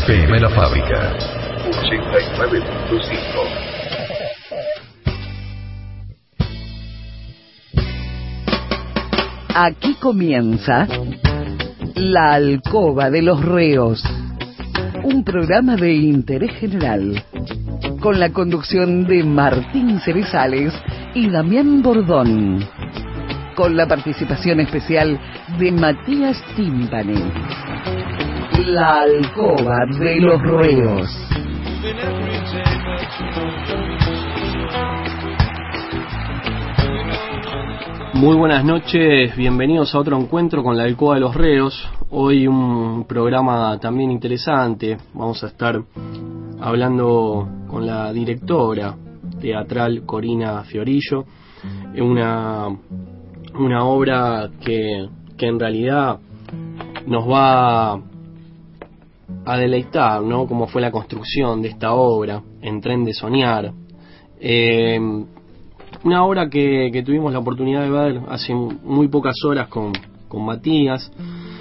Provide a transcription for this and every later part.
FM La Fábrica 89.5. Aquí comienza La Alcoba de los Reos, un programa de interés general, con la conducción de Martín Cerezales y Damián Bordón, con la participación especial de Matías Tímpane. La Alcoba de los Reos. Muy buenas noches, bienvenidos a otro encuentro con la Alcoba de los Reos. Hoy un programa también interesante. Vamos a estar hablando con la directora teatral Corina Fiorillo, una obra que en realidad nos va a deleitar, ¿no? Cómo fue la construcción de esta obra en Tren de Soñar. Una obra que tuvimos la oportunidad de ver hace muy pocas horas con Matías,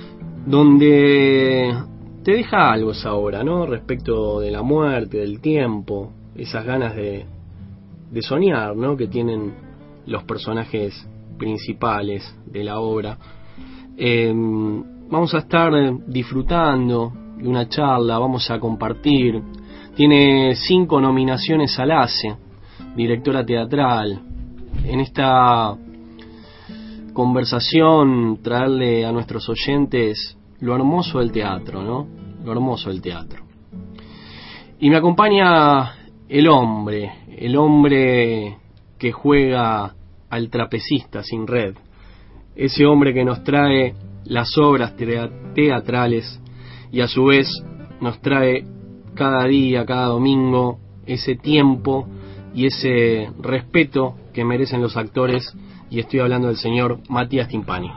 donde te deja algo esa obra, ¿no? Respecto de la muerte, del tiempo, esas ganas de soñar, ¿no? Que tienen los personajes principales de la obra. Vamos a estar disfrutando de una charla, vamos a compartir. Tiene 5 nominaciones al ACE, directora teatral. En esta conversación traerle a nuestros oyentes lo hermoso del teatro, ¿no? Lo hermoso del teatro. Y me acompaña el hombre que juega al trapecista sin red, ese hombre que nos trae las obras teatrales y a su vez nos trae cada día, cada domingo, ese tiempo y ese respeto que merecen los actores, y estoy hablando del señor Matías Tímpane.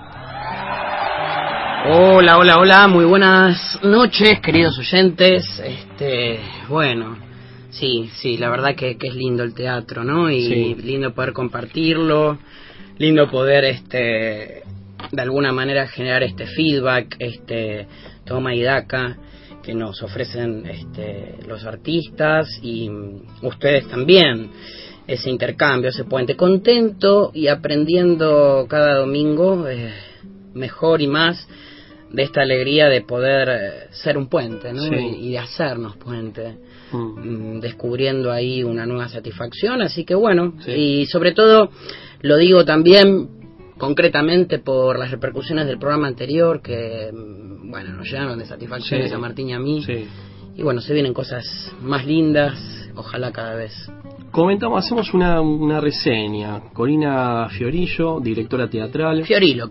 Hola, muy buenas noches, queridos oyentes. Bueno, sí, la verdad que es lindo el teatro, ¿no? Y sí, lindo poder compartirlo, lindo poder de alguna manera generar este feedback, toma y daca que nos ofrecen los artistas y ustedes también, ese intercambio, ese puente. Contento y aprendiendo cada domingo mejor y más de esta alegría de poder ser un puente, ¿no? Sí. Y de hacernos puente, descubriendo ahí una nueva satisfacción. Así que bueno, sí. Y sobre todo lo digo también concretamente por las repercusiones del programa anterior que, bueno, nos llenaron de satisfacciones, sí, a Martín y a mí, sí. Y bueno, se vienen cosas más lindas, ojalá cada vez. Hacemos una reseña. Corina Fiorillo, directora teatral. Fiorilo.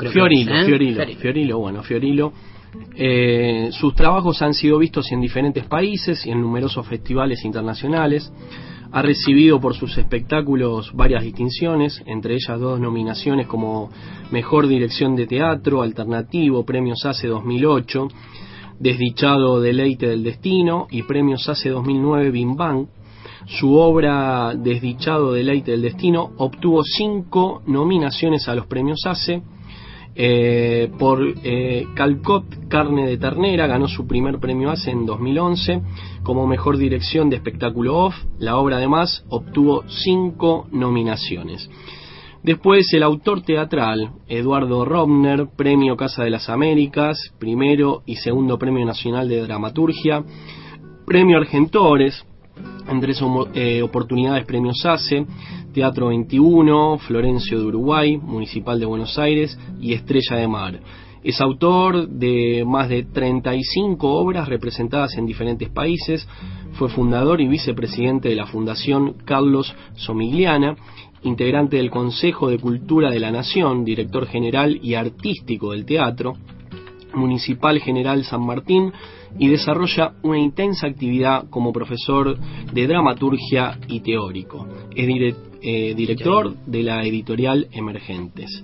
Sus trabajos han sido vistos en diferentes países y en numerosos festivales internacionales. Ha recibido por sus espectáculos varias distinciones, entre ellas 2 nominaciones como Mejor Dirección de Teatro Alternativo, Premios ACE 2008, Desdichado Deleite del Destino, y Premios ACE 2009 Bim Bam. Su obra Desdichado Deleite del Destino obtuvo 5 nominaciones a los premios ACE. Por Calcot, Carne de Ternera, ganó su primer premio ACE en 2011 como mejor dirección de espectáculo off. La obra además obtuvo 5 nominaciones. Después el autor teatral Eduardo Robner, premio Casa de las Américas, primero y segundo premio nacional de dramaturgia, premio Argentores en 3 oportunidades, premios ACE, Teatro 21, Florencio de Uruguay, Municipal de Buenos Aires y Estrella de Mar. Es autor de más de 35 obras representadas en diferentes países. Fue fundador y vicepresidente de la Fundación Carlos Somigliana, integrante del Consejo de Cultura de la Nación, director general y artístico del teatro Municipal General San Martín, y desarrolla una intensa actividad como profesor de dramaturgia y teórico. Es director de la editorial Emergentes.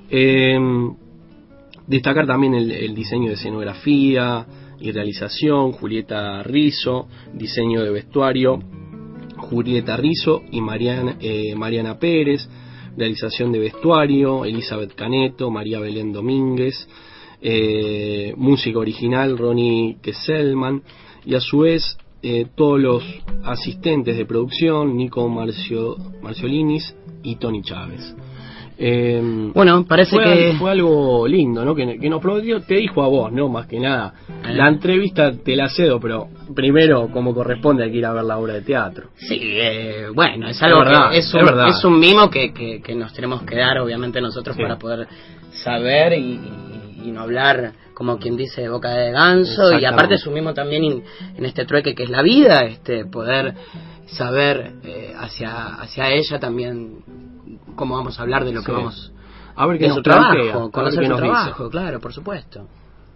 Destacar también el diseño de escenografía y realización, Julieta Rizzo, diseño de vestuario, Julieta Rizzo y Mariana Pérez, realización de vestuario, Elizabeth Caneto, María Belén Domínguez, música original, Ronnie Kesselman, y a su vez todos los asistentes de producción, Nico Marciolinis y Tony Chávez. Bueno, parece que fue algo lindo, ¿no? Que nos prometió, te dijo a vos, ¿no? Más que nada. La entrevista te la cedo, pero primero, como corresponde, hay que ir a ver la obra de teatro. sí, bueno, es algo verdad, que verdad. es un mimo que nos tenemos que dar, obviamente, nosotros, sí, para poder saber y no hablar, como quien dice, de boca de ganso. Y aparte es un mimo también en este trueque que es la vida, poder saber hacia ella también cómo vamos a hablar de lo que vamos a ver qué nos trabajo, conocer su trabajo, claro, por supuesto.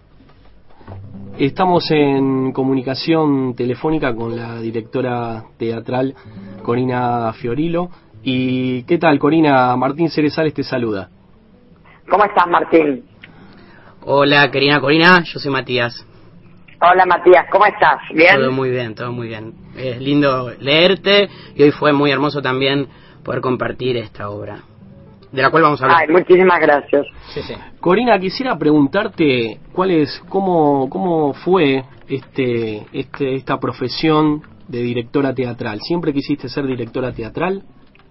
Estamos en comunicación telefónica con la directora teatral Corina Fiorilo. ¿Y qué tal, Corina? Martín Cerezales te saluda. ¿Cómo estás, Martín? Hola, querida Corina, yo soy Matías. Hola, Matías, ¿cómo estás? ¿Bien? Todo muy bien, todo muy bien. Es lindo leerte y hoy fue muy hermoso también poder compartir esta obra, de la cual vamos a hablar. Ay, muchísimas gracias. Sí. Corina, quisiera preguntarte cómo fue esta profesión de directora teatral. ¿Siempre quisiste ser directora teatral?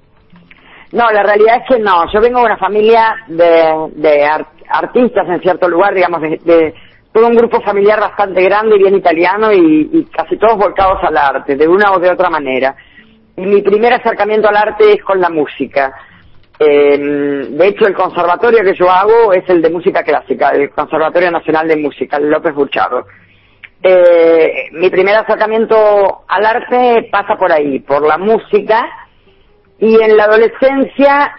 No, la realidad es que no. Yo vengo de una familia de artistas en cierto lugar, digamos, de todo un grupo familiar bastante grande y bien italiano y casi todos volcados al arte, de una o de otra manera. Y mi primer acercamiento al arte es con la música. De hecho, el conservatorio que yo hago es el de música clásica, el Conservatorio Nacional de Música, el López Burchado. Mi primer acercamiento al arte pasa por ahí, por la música, y en la adolescencia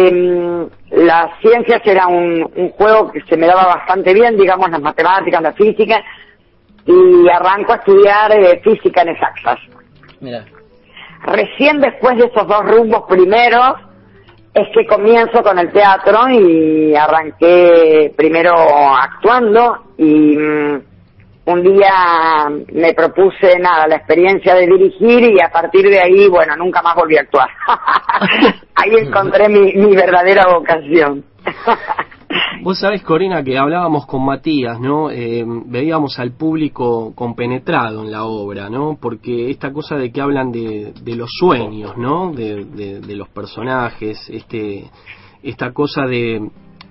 las ciencias era un juego que se me daba bastante bien, digamos, las matemáticas, la física, y arranco a estudiar física en exactas. Mira. Recién después de esos dos rumbos primeros es que comienzo con el teatro y arranqué primero actuando y un día me propuse la experiencia de dirigir y a partir de ahí, bueno, nunca más volví a actuar. Ahí encontré mi verdadera vocación. Vos sabés, Corina, que hablábamos con Matías, ¿no? Veíamos al público compenetrado en la obra, ¿no? Porque esta cosa de que hablan de los sueños, ¿no? De los personajes, esta cosa de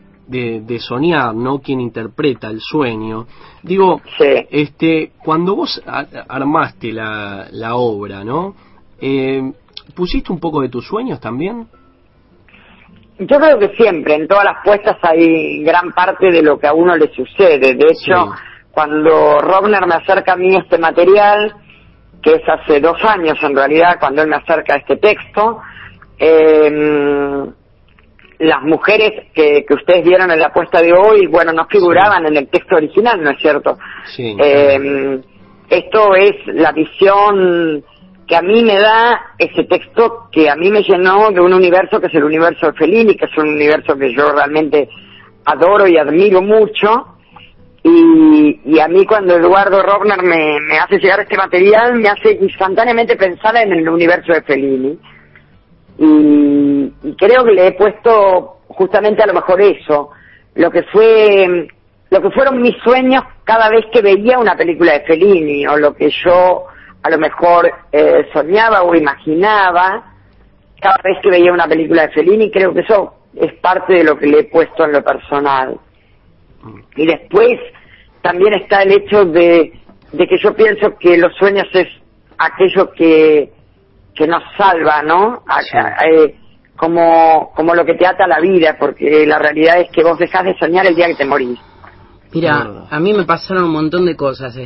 soñar, ¿no? Quien interpreta el sueño. Digo, sí. Cuando vos armaste la obra, ¿no? ¿Pusiste un poco de tus sueños también? Yo creo que siempre, en todas las puestas hay gran parte de lo que a uno le sucede. De hecho, cuando Robner me acerca a mí este material, que es hace 2 años en realidad, cuando él me acerca este texto, las mujeres que ustedes vieron en la puesta de hoy, bueno, no figuraban en el texto original, ¿no es cierto? Sí. Esto es la visión que a mí me da ese texto, que a mí me llenó de un universo que es el universo de Fellini, que es un universo que yo realmente adoro y admiro mucho, y a mí cuando Eduardo Robner me hace llegar este material, me hace instantáneamente pensar en el universo de Fellini, y creo que le he puesto justamente a lo mejor eso, lo que fueron mis sueños cada vez que veía una película de Fellini, o lo que yo a lo mejor soñaba o imaginaba cada vez que veía una película de Fellini. Creo que eso es parte de lo que le he puesto en lo personal. Y después también está el hecho de que yo pienso que los sueños es aquello que nos salva, ¿no? Sí. Como lo que te ata a la vida, porque la realidad es que vos dejás de soñar el día que te morís. Mira, a mí me pasaron un montón de cosas,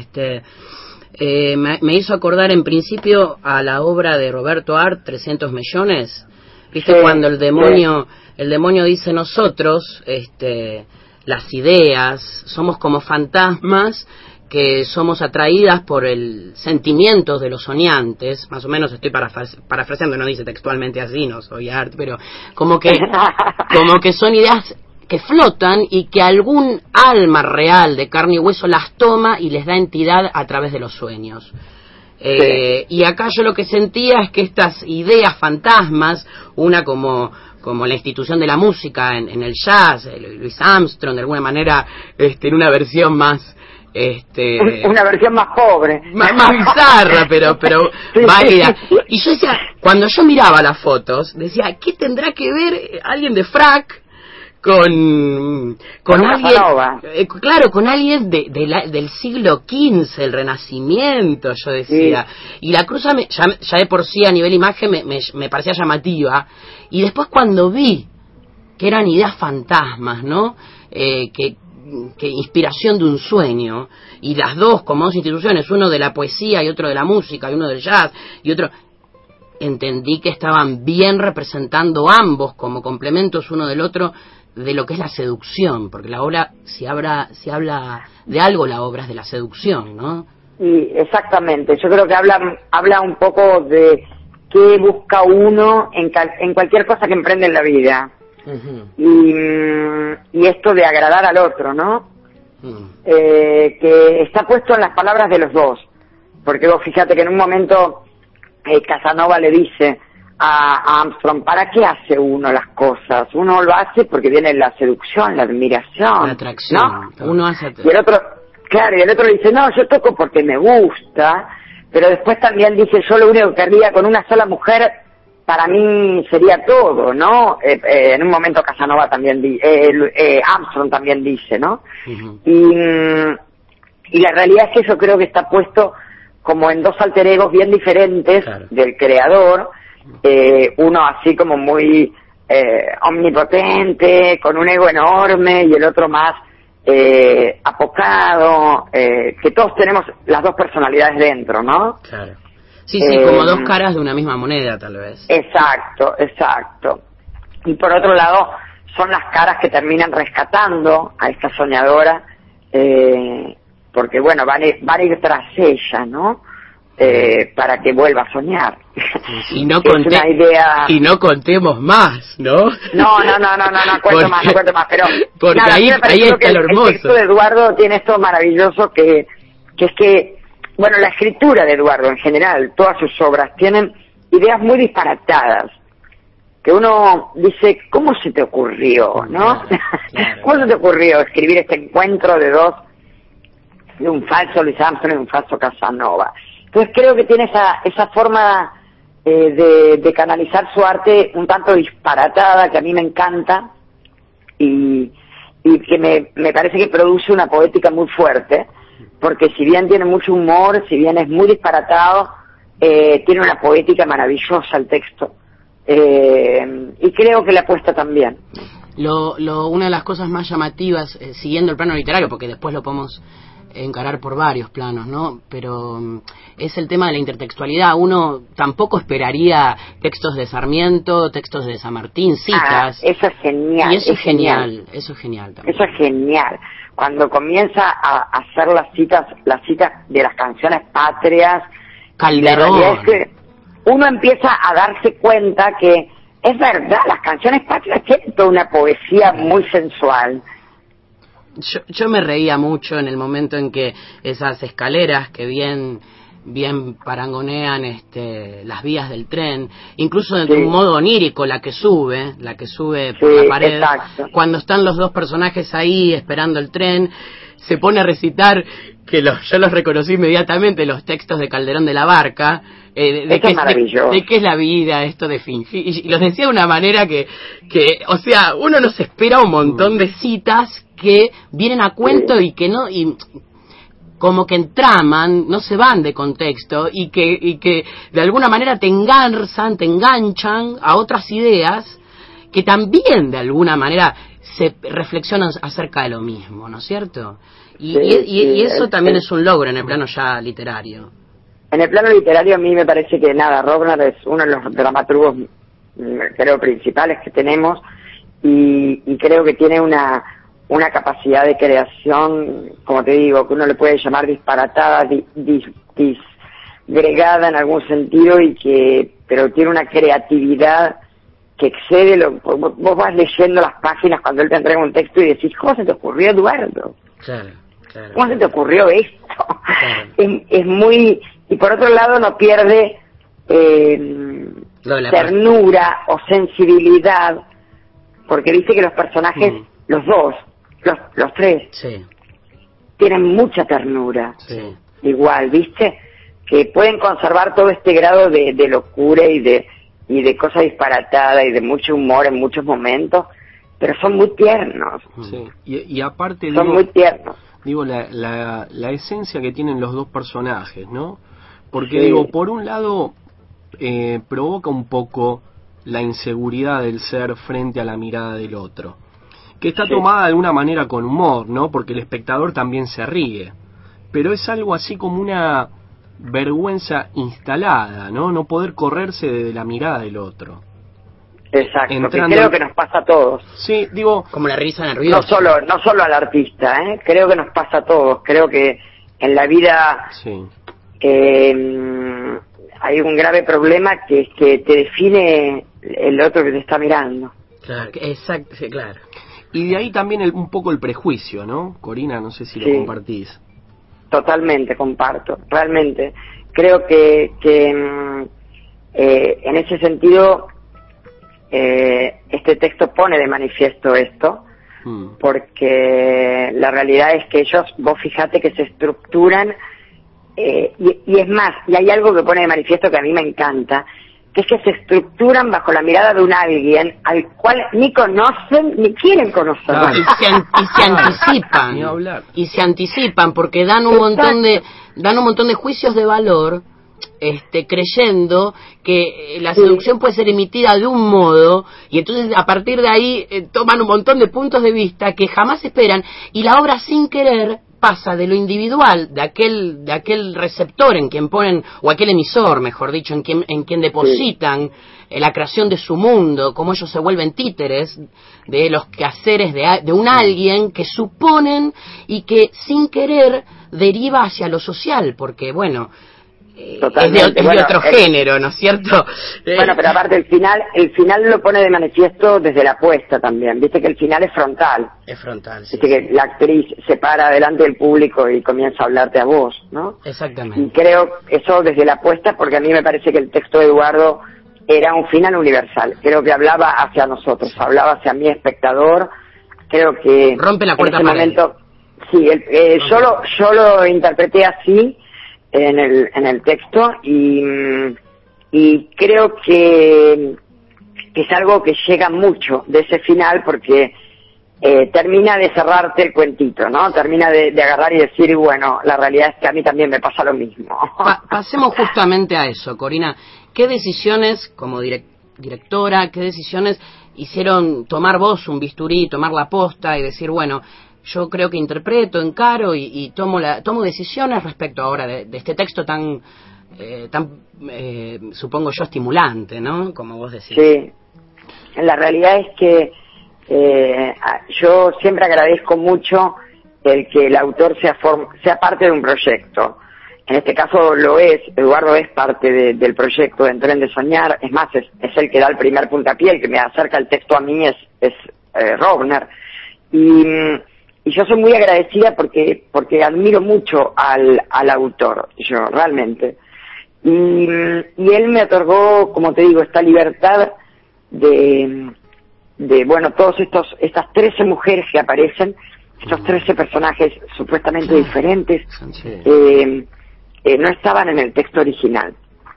me hizo acordar en principio a la obra de Roberto Art, 300 millones. ¿Viste? Sí, cuando el demonio dice nosotros, las ideas, somos como fantasmas que somos atraídas por el sentimiento de los soñantes, más o menos estoy parafraseando, no dice textualmente así, no soy Art, pero como que son ideas que flotan y que algún alma real de carne y hueso las toma y les da entidad a través de los sueños. Sí. Y acá yo lo que sentía es que estas ideas fantasmas, una como la institución de la música en el jazz, Louis Armstrong de alguna manera, en una versión más Una versión más pobre. Más bizarra, pero sí, válida. sí. Y yo decía, cuando yo miraba las fotos, decía, ¿qué tendrá que ver alguien de frac con alguien, claro, con alguien del siglo XV, el Renacimiento, yo decía, y la cruz ya de por sí a nivel imagen me parecía llamativa, y después cuando vi que eran ideas fantasmas, ¿no? Que inspiración de un sueño, y las dos como dos instituciones, uno de la poesía y otro de la música, y uno del jazz y otro, entendí que estaban bien representando ambos como complementos uno del otro de lo que es la seducción, porque la obra, si habla de algo, la obra es de la seducción, ¿no? Y exactamente, yo creo que habla un poco de qué busca uno en cualquier cosa que emprende en la vida. Y esto de agradar al otro, ¿no? Que está puesto en las palabras de los dos, porque vos fíjate que en un momento Casanova le dice a Armstrong, ¿para qué hace uno las cosas? Uno lo hace porque viene la seducción, la admiración, la atracción, ¿no? Uno hace... Y el otro le dice, no, yo toco porque me gusta, pero después también dice, yo lo único que querría con una sola mujer, para mí sería todo, ¿no? En un momento Casanova también Armstrong también dice, ¿no? Y la realidad es que yo creo que está puesto como en dos alter egos bien diferentes del creador, uno así como muy omnipotente, con un ego enorme, y el otro más apocado, que todos tenemos las dos personalidades dentro, ¿no? Claro. Sí, como dos caras de una misma moneda, tal vez. Exacto. Y por otro lado, son las caras que terminan rescatando a esta soñadora, porque bueno, van a ir tras ella, ¿no? Para que vuelva a soñar. Y no contemos más, ¿no? No, cuento más, pero... Porque nada, ahí está lo hermoso. El texto de Eduardo tiene esto maravilloso que es que, bueno, la escritura de Eduardo en general, todas sus obras, tienen ideas muy disparatadas, que uno dice, ¿cómo se te ocurrió, no? Claro. ¿Cómo se te ocurrió escribir este encuentro de un falso Louis Armstrong y un falso Casanova? Entonces creo que tiene esa forma de canalizar su arte un tanto disparatada, que a mí me encanta, y que me parece que produce una poética muy fuerte, porque si bien tiene mucho humor, si bien es muy disparatado, tiene una poética maravillosa el texto, y creo que la apuesta también. Una de las cosas más llamativas, siguiendo el plano literario, porque después lo podemos encarar por varios planos, ¿no? Pero es el tema de la intertextualidad. Uno tampoco esperaría textos de Sarmiento, textos de San Martín, citas. Eso es genial. Y eso es genial también. Eso es genial. Cuando comienza a hacer las citas de las canciones patrias, Calderón. La realidad es que uno empieza a darse cuenta que es verdad, las canciones patrias tienen toda una poesía muy sensual. Yo me reía mucho en el momento en que esas escaleras que bien parangonean las vías del tren, incluso de un modo onírico, la que sube por la pared, exacto. Cuando están los dos personajes ahí esperando el tren, se pone a recitar, que yo los reconocí inmediatamente, los textos de Calderón de la Barca, de qué es la vida, esto de fingir, y los decía de una manera que o sea, uno no se espera un montón de citas que vienen a cuento y que no, y como que entraman, no se van de contexto, y que de alguna manera te enganchan a otras ideas que también de alguna manera se reflexionan acerca de lo mismo, ¿no es cierto? Y eso también es un logro en el plano ya literario. En el plano literario a mí me parece que Rogner es uno de los dramaturgos, creo, principales que tenemos, y creo que tiene una capacidad de creación, como te digo, que uno le puede llamar disparatada, disgregada en algún sentido, pero tiene una creatividad que excede vos vas leyendo las páginas cuando él te entrega un texto y decís, ¿cómo se te ocurrió, Eduardo? Claro. ¿Cómo se te ocurrió esto? Claro. Es muy... Y por otro lado no pierde ternura o sensibilidad, porque dice que los personajes, los tres, tienen mucha ternura. Sí. Igual, ¿viste? Que pueden conservar todo este grado de locura y de cosa disparatada y de mucho humor en muchos momentos, pero son muy tiernos. Sí. Y aparte son muy tiernos. Digo, la esencia que tienen los dos personajes, ¿no? Porque sí. digo, por un lado provoca un poco la inseguridad del ser frente a la mirada del otro, que está sí. tomada de alguna manera con humor, ¿no? Porque el espectador también se ríe, pero es algo así como una vergüenza instalada, ¿no? No poder correrse de la mirada del otro. Exacto, que creo que nos pasa a todos. Sí, digo, como la risa nerviosa. No solo al artista, creo que nos pasa a todos. Creo que en la vida sí. Hay un grave problema que es que te define el otro que te está mirando. Claro, exacto, sí, claro. Y de ahí también un poco el prejuicio, ¿no? Corina, no sé si sí. lo compartís. Totalmente, comparto. Realmente. Creo que en ese sentido este texto pone de manifiesto esto, porque la realidad es que ellos, vos fijate que se estructuran, y es más, y hay algo que pone de manifiesto que a mí me encanta, que es que se estructuran bajo la mirada de un alguien al cual ni conocen ni quieren conocer. Claro. Y se anticipan. Ni hablar. Y se anticipan porque dan un montón de juicios de valor, creyendo que la seducción puede ser emitida de un modo, y entonces a partir de ahí toman un montón de puntos de vista que jamás esperan, y la obra sin querer pasa de lo individual, de aquel receptor en quien ponen, o aquel emisor, mejor dicho, en quien depositan la creación de su mundo, como ellos se vuelven títeres de los quehaceres de un alguien que suponen y que sin querer deriva hacia lo social, porque bueno, es de otro género, ¿no es cierto? Bueno, pero aparte el final lo pone de manifiesto desde la apuesta también. Viste que el final es frontal. Es frontal, sí. Viste que la actriz se para delante del público y comienza a hablarte a vos, ¿no? Exactamente. Y creo eso desde la apuesta, porque a mí me parece que el texto de Eduardo era un final universal. Creo que hablaba hacia nosotros, hablaba hacia mi espectador. Creo que rompe la cuarta en ese momento, sí, yo lo interpreté así en el texto, y creo que es algo que llega mucho de ese final, porque termina de cerrarte el cuentito, ¿no? Termina de agarrar y decir, bueno, la realidad es que a mí también me pasa lo mismo. Pasemos justamente a eso, Corina. ¿Qué decisiones, como directora, qué decisiones hicieron tomar vos un bisturí, tomar la posta y decir, bueno, yo creo que interpreto, encaro y tomo decisiones respecto ahora de este texto tan supongo yo, estimulante, ¿no? Como vos decís. Sí. La realidad es que yo siempre agradezco mucho el que el autor sea parte de un proyecto. En este caso lo es, Eduardo es parte del proyecto de En Tren de Soñar, es más, es el que da el primer puntapié, el que me acerca el texto a mí es Robner. Y yo soy muy agradecida porque admiro mucho al autor, yo realmente. Y él me otorgó, como te digo, esta libertad de bueno, estas 13 mujeres que aparecen, estos 13 personajes supuestamente diferentes, no estaban en el texto original.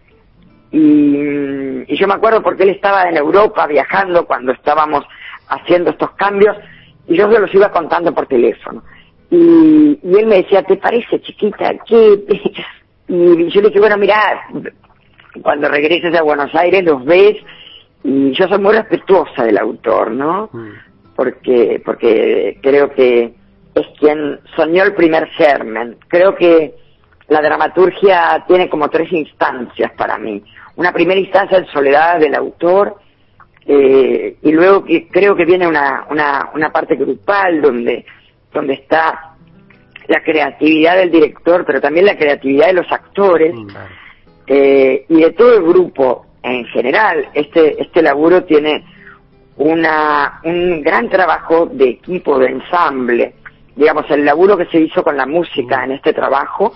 Y yo me acuerdo porque él estaba en Europa viajando cuando estábamos haciendo estos cambios, y yo se los iba contando por teléfono. Y él me decía, ¿te parece, chiquita? ¿Qué? Y yo le dije, bueno, mirá, cuando regreses a Buenos Aires los ves, y yo soy muy respetuosa del autor, ¿no? Porque creo que es quien soñó el primer germen. Creo que la dramaturgia tiene como 3 instancias para mí. Una primera instancia en soledad del autor, y luego que creo que viene una parte grupal donde está la creatividad del director, pero también la creatividad de los actores, y de todo el grupo en general. Este laburo tiene un gran trabajo de equipo, de ensamble. Digamos, el laburo que se hizo con la música en este trabajo,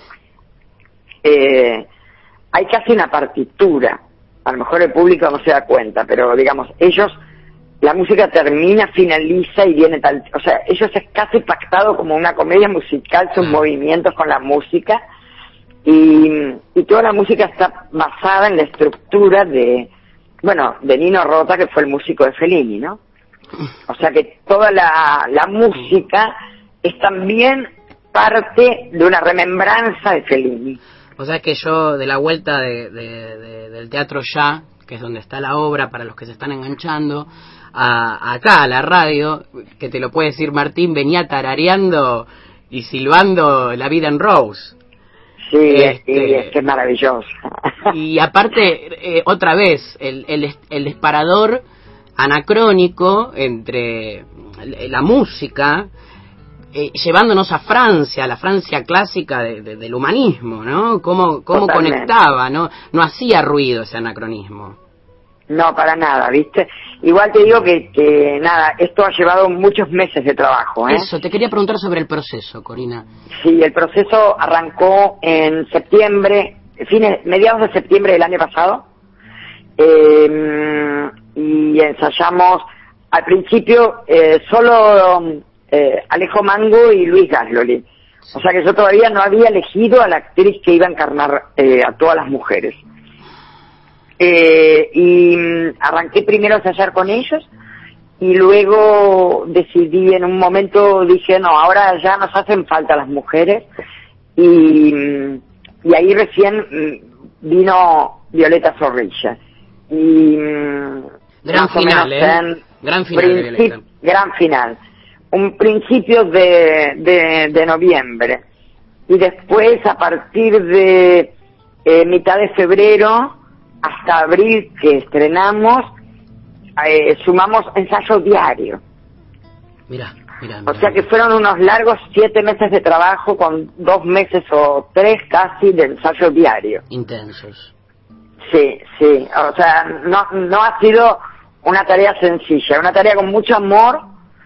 hay casi una partitura. A lo mejor el público no se da cuenta, pero digamos, ellos la música termina, finaliza y viene tal, o sea, ellos es casi pactado como una comedia musical, sus movimientos con la música, y toda la música está basada en la estructura de Nino Rota, que fue el músico de Fellini, ¿no? O sea que toda la música es también parte de una remembranza de Fellini. O sea que yo, de la vuelta del Teatro Ya, que es donde está la obra para los que se están enganchando, acá a la radio, que te lo puede decir Martín, venía tarareando y silbando La vida en Rose. Sí, es que es maravilloso. Y aparte, otra vez, el disparador anacrónico entre la música, llevándonos a Francia, la Francia clásica del humanismo, ¿no? Cómo conectaba, ¿no? No hacía ruido ese anacronismo. No, para nada, ¿viste? Igual te digo que nada, esto ha llevado muchos meses de trabajo, ¿eh? Eso, te quería preguntar sobre el proceso, Corina. Sí, el proceso arrancó en septiembre, mediados de septiembre del año pasado, y ensayamos al principio solo Alejo Mango y Luis Gasloli. O sea que yo todavía no había elegido a la actriz que iba a encarnar a todas las mujeres. Y arranqué primero a ensayar con ellos y luego decidí, en un momento dije, no, ahora ya nos hacen falta las mujeres, y ahí recién vino Violeta Zorrilla. Y gran final, gran final, un principio de noviembre, y después a partir de mitad de febrero hasta abril, que estrenamos, sumamos ensayo diario. Mira. O sea que fueron unos largos 7 meses de trabajo, con 2 meses o 3 casi de ensayo diario. Intensos. Sí, o sea, no ha sido una tarea sencilla, una tarea con mucho amor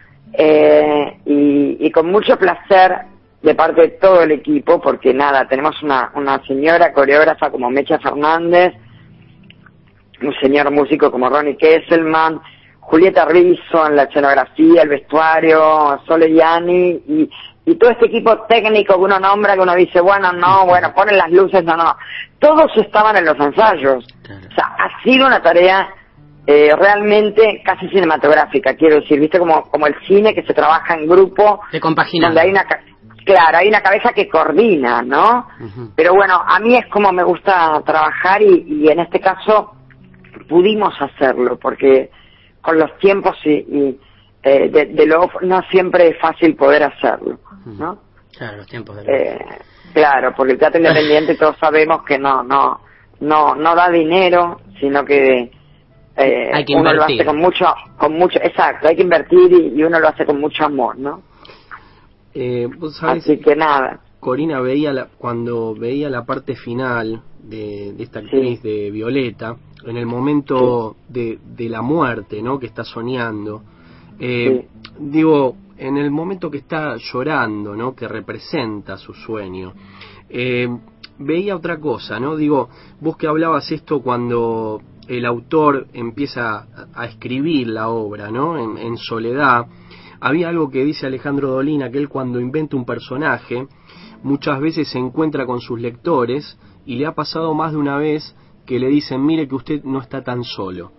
y con mucho placer de parte de todo el equipo, porque nada, tenemos una señora coreógrafa como Mecha Fernández, un señor músico como Ronnie Kesselman, Julieta Rizzo en la escenografía, el vestuario, Sole Yanni, y todo este equipo técnico que uno nombra, que uno dice, bueno, ponen las luces, no. Todos estaban en los ensayos. Claro. O sea, ha sido una tarea realmente casi cinematográfica, quiero decir, viste, como el cine, que se trabaja en grupo. De compaginar. Donde hay una cabeza que coordina, ¿no? Uh-huh. Pero bueno, a mí es como me gusta trabajar, y en este caso pudimos hacerlo, porque con los tiempos de lo no siempre es fácil poder hacerlo, ¿no? Claro, los tiempos claro, porque el teatro independiente todos sabemos que no da dinero, sino que hay que uno invertir. Lo hace con mucho, exacto, hay que invertir, y uno lo hace con mucho amor, ¿no? ¿Vos sabés, así que nada. Corina, cuando veía la parte final de esta actriz, de Violeta, en el momento de la muerte, ¿no?, que está soñando, digo, en el momento que está llorando, ¿no?, que representa su sueño, veía otra cosa, ¿no? Digo, vos que hablabas esto cuando el autor empieza a escribir la obra, ¿no?, en soledad, había algo que dice Alejandro Dolina, que él, cuando inventa un personaje, muchas veces se encuentra con sus lectores, y le ha pasado más de una vez que le dicen, mire que usted no está tan solo.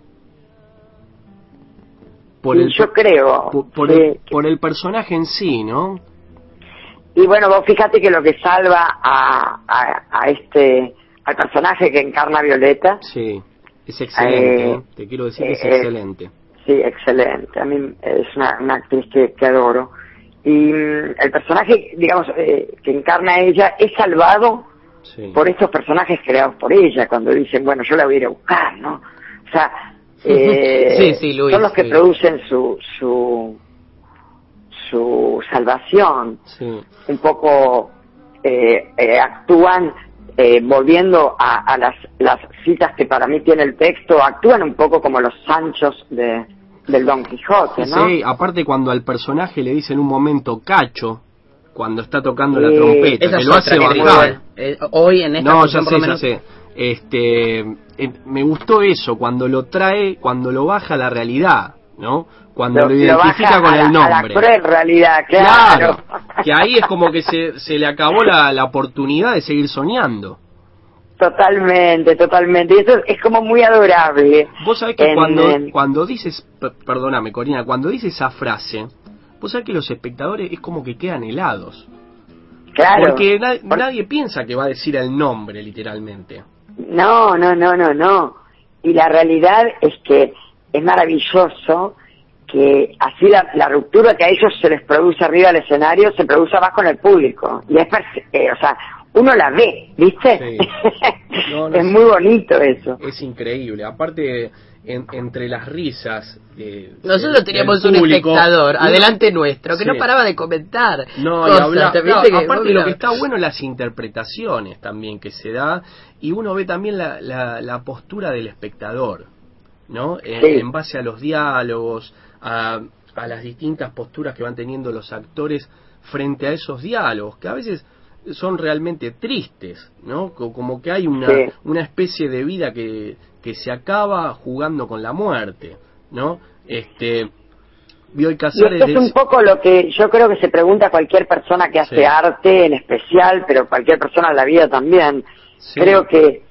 Yo creo. Por el personaje en sí, ¿no? Y bueno, vos fíjate que lo que salva al personaje que encarna Violeta. Sí, es excelente, te quiero decir que es excelente. Sí, excelente. A mí es una actriz que adoro. Y el personaje, digamos, que encarna a ella es salvado por estos personajes creados por ella, cuando dicen, bueno, yo la voy a ir a buscar, ¿no? O sea, Luis, son los que producen su salvación. Sí. Un poco actúan, volviendo a las citas que para mí tiene el texto, actúan un poco como los Sanchos del Don Quijote, ¿no? Sí, aparte cuando al personaje le dicen un momento cacho, cuando está tocando la trompeta, que lo hace bajar. Hoy en esta ya sé. Me gustó eso, cuando lo baja a la realidad, ¿no? Cuando lo identifica con el nombre. A la cruel realidad, claro. Que ahí es como que se le acabó la oportunidad de seguir soñando. Totalmente. Y eso es como muy adorable. Vos sabés que cuando dices, perdóname Corina, cuando dices esa frase, vos sabés que los espectadores es como que quedan helados. Claro. Porque nadie piensa que va a decir el nombre, literalmente. No. Y la realidad es que es maravilloso que así la ruptura que a ellos se les produce arriba del escenario se produce más con el público. Y es uno la ve, ¿viste? Sí. Es muy bonito eso. Es increíble. Aparte, entre las risas... nosotros teníamos un espectador, adelante nuestro, que no paraba de comentar. Aparte lo que está bueno es las interpretaciones también que se da, y uno ve también la postura del espectador, ¿no? En base a los diálogos, a las distintas posturas que van teniendo los actores frente a esos diálogos, que a veces son realmente tristes, ¿no? Como que hay una especie de vida que se acaba jugando con la muerte, ¿no? Bioy Casares es un poco lo que yo creo que se pregunta cualquier persona que hace arte en especial, pero cualquier persona en la vida también. Sí. Creo que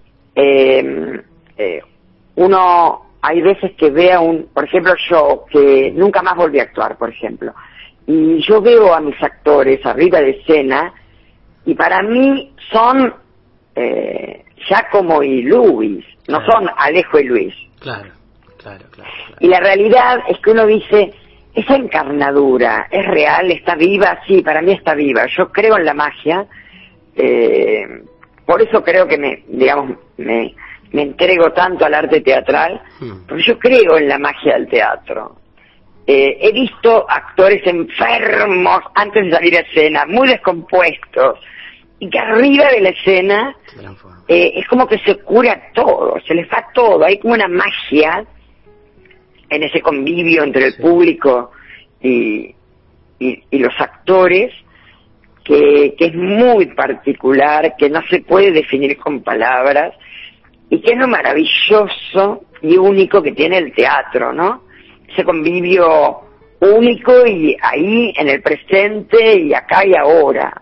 uno hay veces que ve por ejemplo yo, que nunca más volví a actuar, por ejemplo, y yo veo a mis actores arriba de escena, y para mí son Giacomo y Luis, no son Alejo y Luis. Claro. Y la realidad es que uno dice, esa encarnadura es real, está viva. Sí, para mí está viva. Yo creo en la magia, por eso creo que me entrego tanto al arte teatral, porque yo creo en la magia del teatro. He visto actores enfermos antes de salir a escena, muy descompuestos, y que arriba de la escena es como que se cura todo, se les va todo. Hay como una magia en ese convivio entre el público y los actores que es muy particular, que no se puede definir con palabras, y que es lo maravilloso y único que tiene el teatro, ¿no? Ese convivio único, y ahí en el presente y acá y ahora.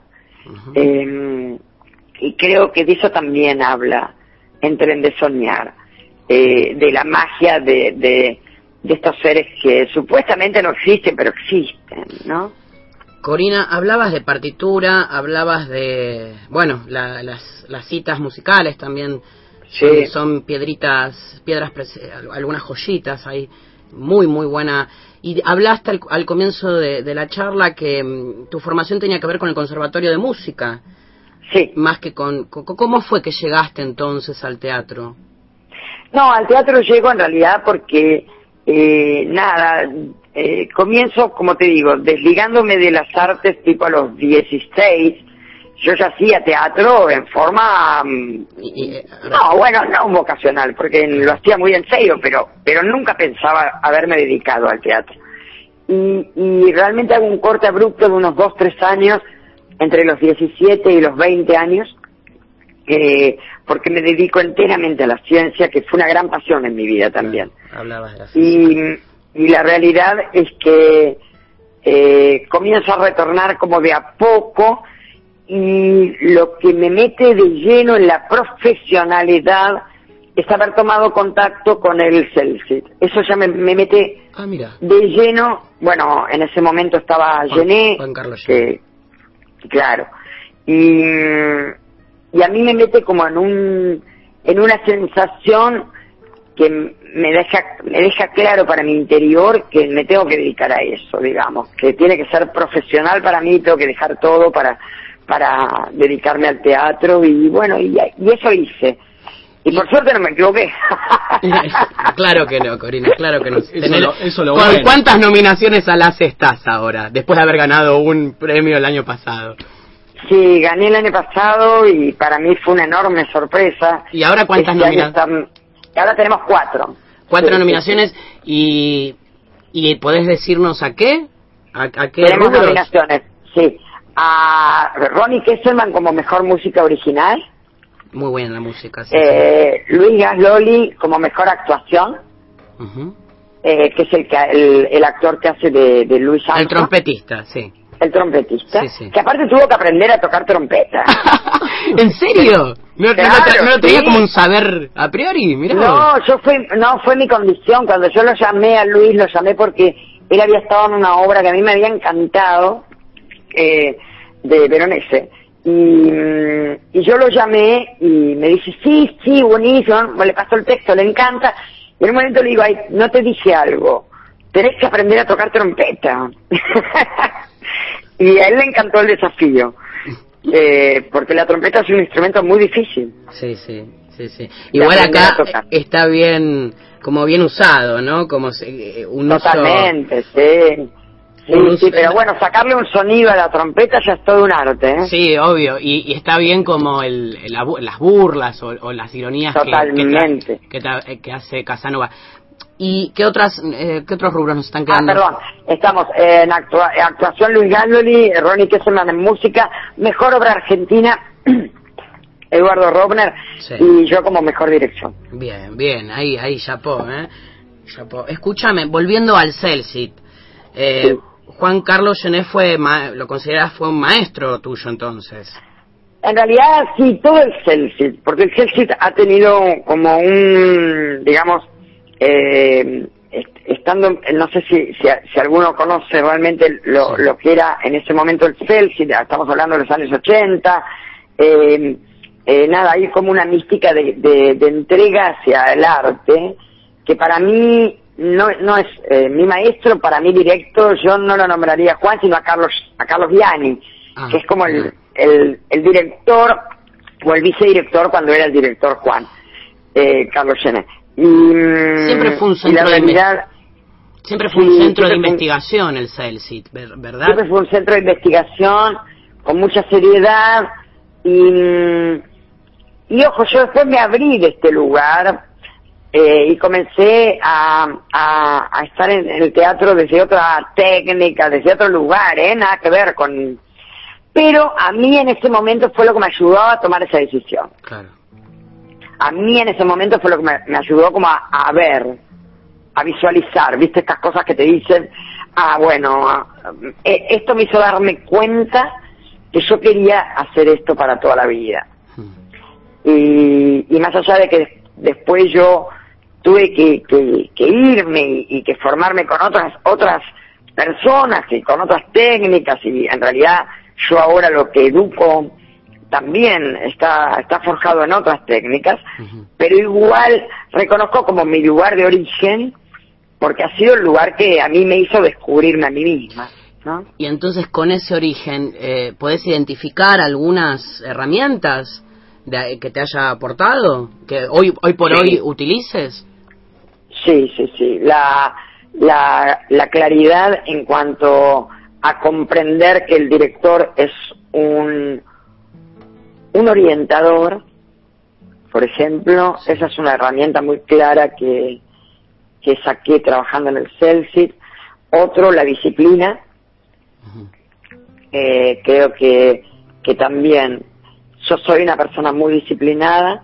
Y creo que de eso también habla en Tren de Soñar, de la magia de estos seres que supuestamente no existen, pero existen, ¿no? Corina, hablabas de partitura, hablabas de, las citas musicales también. Sí. Son piedras, algunas joyitas ahí, muy buena. Y hablaste al comienzo de la charla que tu formación tenía que ver con el Conservatorio de Música. Sí. Más que ¿cómo fue que llegaste entonces al teatro? No, al teatro llego en realidad porque, comienzo, como te digo, desligándome de las artes tipo a los 16. Yo ya hacía teatro en forma, no vocacional, porque lo hacía muy en serio, pero nunca pensaba haberme dedicado al teatro. Y realmente hago un corte abrupto de unos 2-3 años, entre los 17 y los 20 años, porque me dedico enteramente a la ciencia, que fue una gran pasión en mi vida también. Hablabas de la ciencia. Y la realidad es que comienzo a retornar como de a poco, y lo que me mete de lleno en la profesionalidad es haber tomado contacto con el CELCIT. Eso ya me mete de lleno. Bueno, en ese momento estaba Juan Carlos Gené. Claro. Y a mí me mete como en una sensación que me deja claro para mi interior que me tengo que dedicar a eso, digamos, que tiene que ser profesional para mí, tengo que dejar todo para dedicarme al teatro, y bueno, y eso hice. Y por suerte no me equivoqué. Claro que no, Corina, claro que no. Eso lo bueno. ¿Cuántas nominaciones a las estás ahora, después de haber ganado un premio el año pasado? Sí, gané el año pasado y para mí fue una enorme sorpresa. ¿Y ahora cuántas nominaciones? Ahora tenemos 4. 4 nominaciones, y ¿podés decirnos a qué? ¿A qué tenemos rubros? Nominaciones, sí. A Ronnie Kesselman como mejor música original. Muy buena la música, sí. Luis Gasloli como mejor actuación. Uh-huh. que es el actor que hace de Luis Armstrong. El trompetista, sí. El trompetista, sí. que aparte tuvo que aprender a tocar trompeta. ¿En serio? ¿No lo tenía sí. como un saber a priori? Mirá. No, fue mi condición. Cuando yo lo llamé a Luis, lo llamé porque él había estado en una obra que a mí me había encantado, de Veronese. Y yo lo llamé y me dice, sí, buenísimo, le pasó el texto, le encanta. Y en un momento le digo, ay, no te dije algo, tenés que aprender a tocar trompeta. Y a él le encantó el desafío, porque la trompeta es un instrumento muy difícil. Sí. Igual acá está bien, como bien usado, ¿no? Como un Totalmente, uso... Sí, pero bueno, sacarle un sonido a la trompeta ya es todo un arte, ¿eh? Sí, obvio, y está bien como las burlas o las ironías Totalmente. que hace Casanova. ¿Y qué otros rubros nos están quedando? Perdón, estamos en actuación Luis Gandoli, Ronnie Kesselman en música, mejor obra argentina, Eduardo Robner, sí. Y yo como mejor dirección. Bien, ahí chapó, chapó. Escúchame, volviendo al Celsit, sí. Juan Carlos Gené lo consideras fue un maestro tuyo entonces. En realidad sí, todo el Celsit, porque el Celsit ha tenido como un, digamos, estando, no sé si alguno conoce realmente lo que era en ese momento el Celsit, estamos hablando de los años 80, nada, hay como una mística de entrega hacia el arte, que para mí no es mi maestro, para mí directo, yo no lo nombraría Juan, sino a Carlos Viani, que es como el director, o el vicedirector cuando era el director Juan, Carlos Gené. Siempre fue un centro de investigación el Celsit, ¿verdad? Siempre fue un centro de investigación con mucha seriedad y ojo, yo después me abrí de este lugar y comencé a estar en el teatro desde otra técnica, desde otro lugar, nada que ver con... Pero a mí en ese momento fue lo que me ayudó a tomar esa decisión. Claro. A mí en ese momento fue lo que me ayudó como a ver, a visualizar, ¿viste? Estas cosas que te dicen, esto me hizo darme cuenta que yo quería hacer esto para toda la vida. Y más allá de que después yo tuve que irme y que formarme con otras personas y con otras técnicas, y en realidad yo ahora lo que educo también está forjado en otras técnicas, pero igual reconozco como mi lugar de origen, porque ha sido el lugar que a mí me hizo descubrirme a mí misma, ¿no? Y entonces con ese origen, ¿podés identificar algunas herramientas que te haya aportado, que hoy por hoy utilices? Sí. La claridad en cuanto a comprender que el director es un orientador, por ejemplo, esa es una herramienta muy clara que saqué trabajando en el Celsit. Otro, la disciplina. Creo que también yo soy una persona muy disciplinada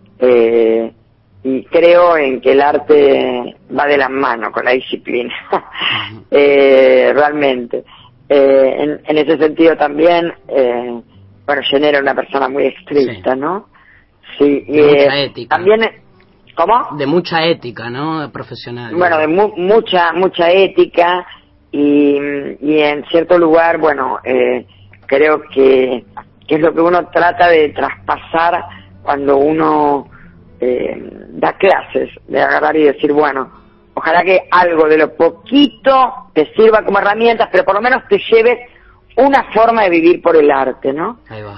y creo en que el arte va de la mano con la disciplina. Realmente. En ese sentido también, Gené era una persona muy estricta, ¿no? Sí, de mucha ética. También, ¿cómo? De mucha ética, ¿no? Profesional. Bueno, de mucha ética y en cierto lugar, creo que es lo que uno trata de traspasar cuando uno da clases, de agarrar y decir, ojalá que algo de lo poquito te sirva como herramientas, pero por lo menos te lleves una forma de vivir por el arte, ¿no? Ahí va.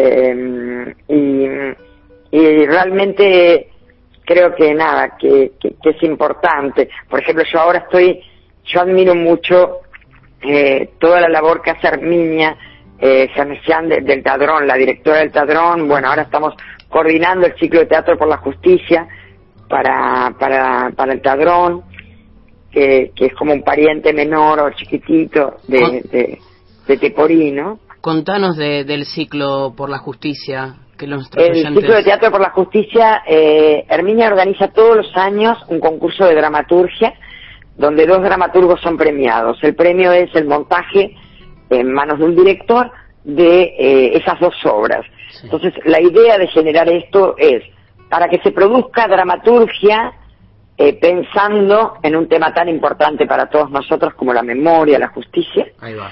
Y realmente creo que es importante. Por ejemplo, yo admiro mucho toda la labor que hace Herminia Janesian del Tadrón, la directora del Tadrón. Ahora estamos coordinando el ciclo de Teatro por la Justicia para el Tadrón, que es como un pariente menor o chiquitito de Teporí, ¿no? Contanos del ciclo por la justicia. El ciclo de Teatro por la Justicia, Herminia organiza todos los años un concurso de dramaturgia donde 2 dramaturgos son premiados. El premio es el montaje en manos de un director de esas 2 obras. Sí. Entonces, la idea de generar esto es para que se produzca dramaturgia pensando en un tema tan importante para todos nosotros como la memoria, la justicia. Ahí va.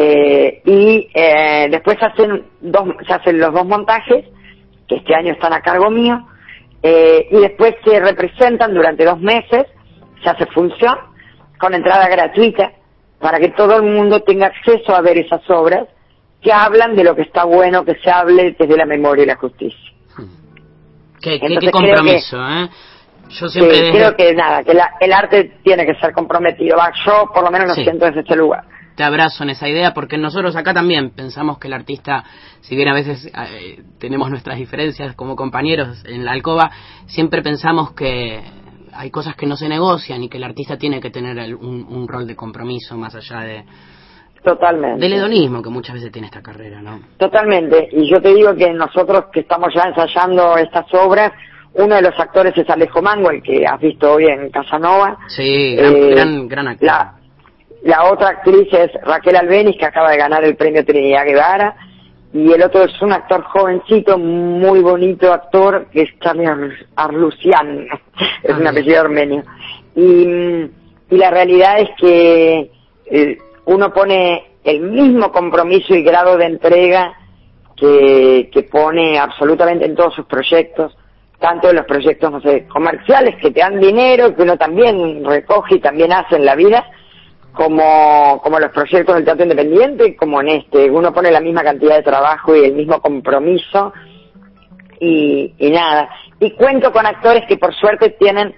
Después se hacen los 2 montajes, que este año están a cargo mío, y después se representan durante 2 meses, se hace función, con entrada gratuita, para que todo el mundo tenga acceso a ver esas obras que hablan de lo que está bueno que se hable desde la memoria y la justicia. Qué compromiso, Yo siempre creo que el arte tiene que ser comprometido. Yo por lo menos lo siento desde este lugar. Te abrazo en esa idea, porque nosotros acá también pensamos que el artista, si bien a veces tenemos nuestras diferencias como compañeros en la alcoba, siempre pensamos que hay cosas que no se negocian y que el artista tiene que tener un rol de compromiso más allá de... Totalmente. Del hedonismo que muchas veces tiene esta carrera, ¿no? Totalmente. Y yo te digo que nosotros que estamos ya ensayando estas obras, uno de los actores es Alejo Mango, el que has visto hoy en Casanova. Sí, gran actor. La otra actriz es Raquel Albeniz, que acaba de ganar el premio Trinidad Guevara. Y el otro es un actor jovencito, muy bonito actor, que es Charlie Arlucian. Es un apellido armenio. Y la realidad es que uno pone el mismo compromiso y grado de entrega que pone absolutamente en todos sus proyectos, tanto en los proyectos, no sé, comerciales que te dan dinero, que uno también recoge y también hace en la vida, como los proyectos del teatro independiente, como en este. Uno pone la misma cantidad de trabajo y el mismo compromiso y nada. Y cuento con actores que por suerte tienen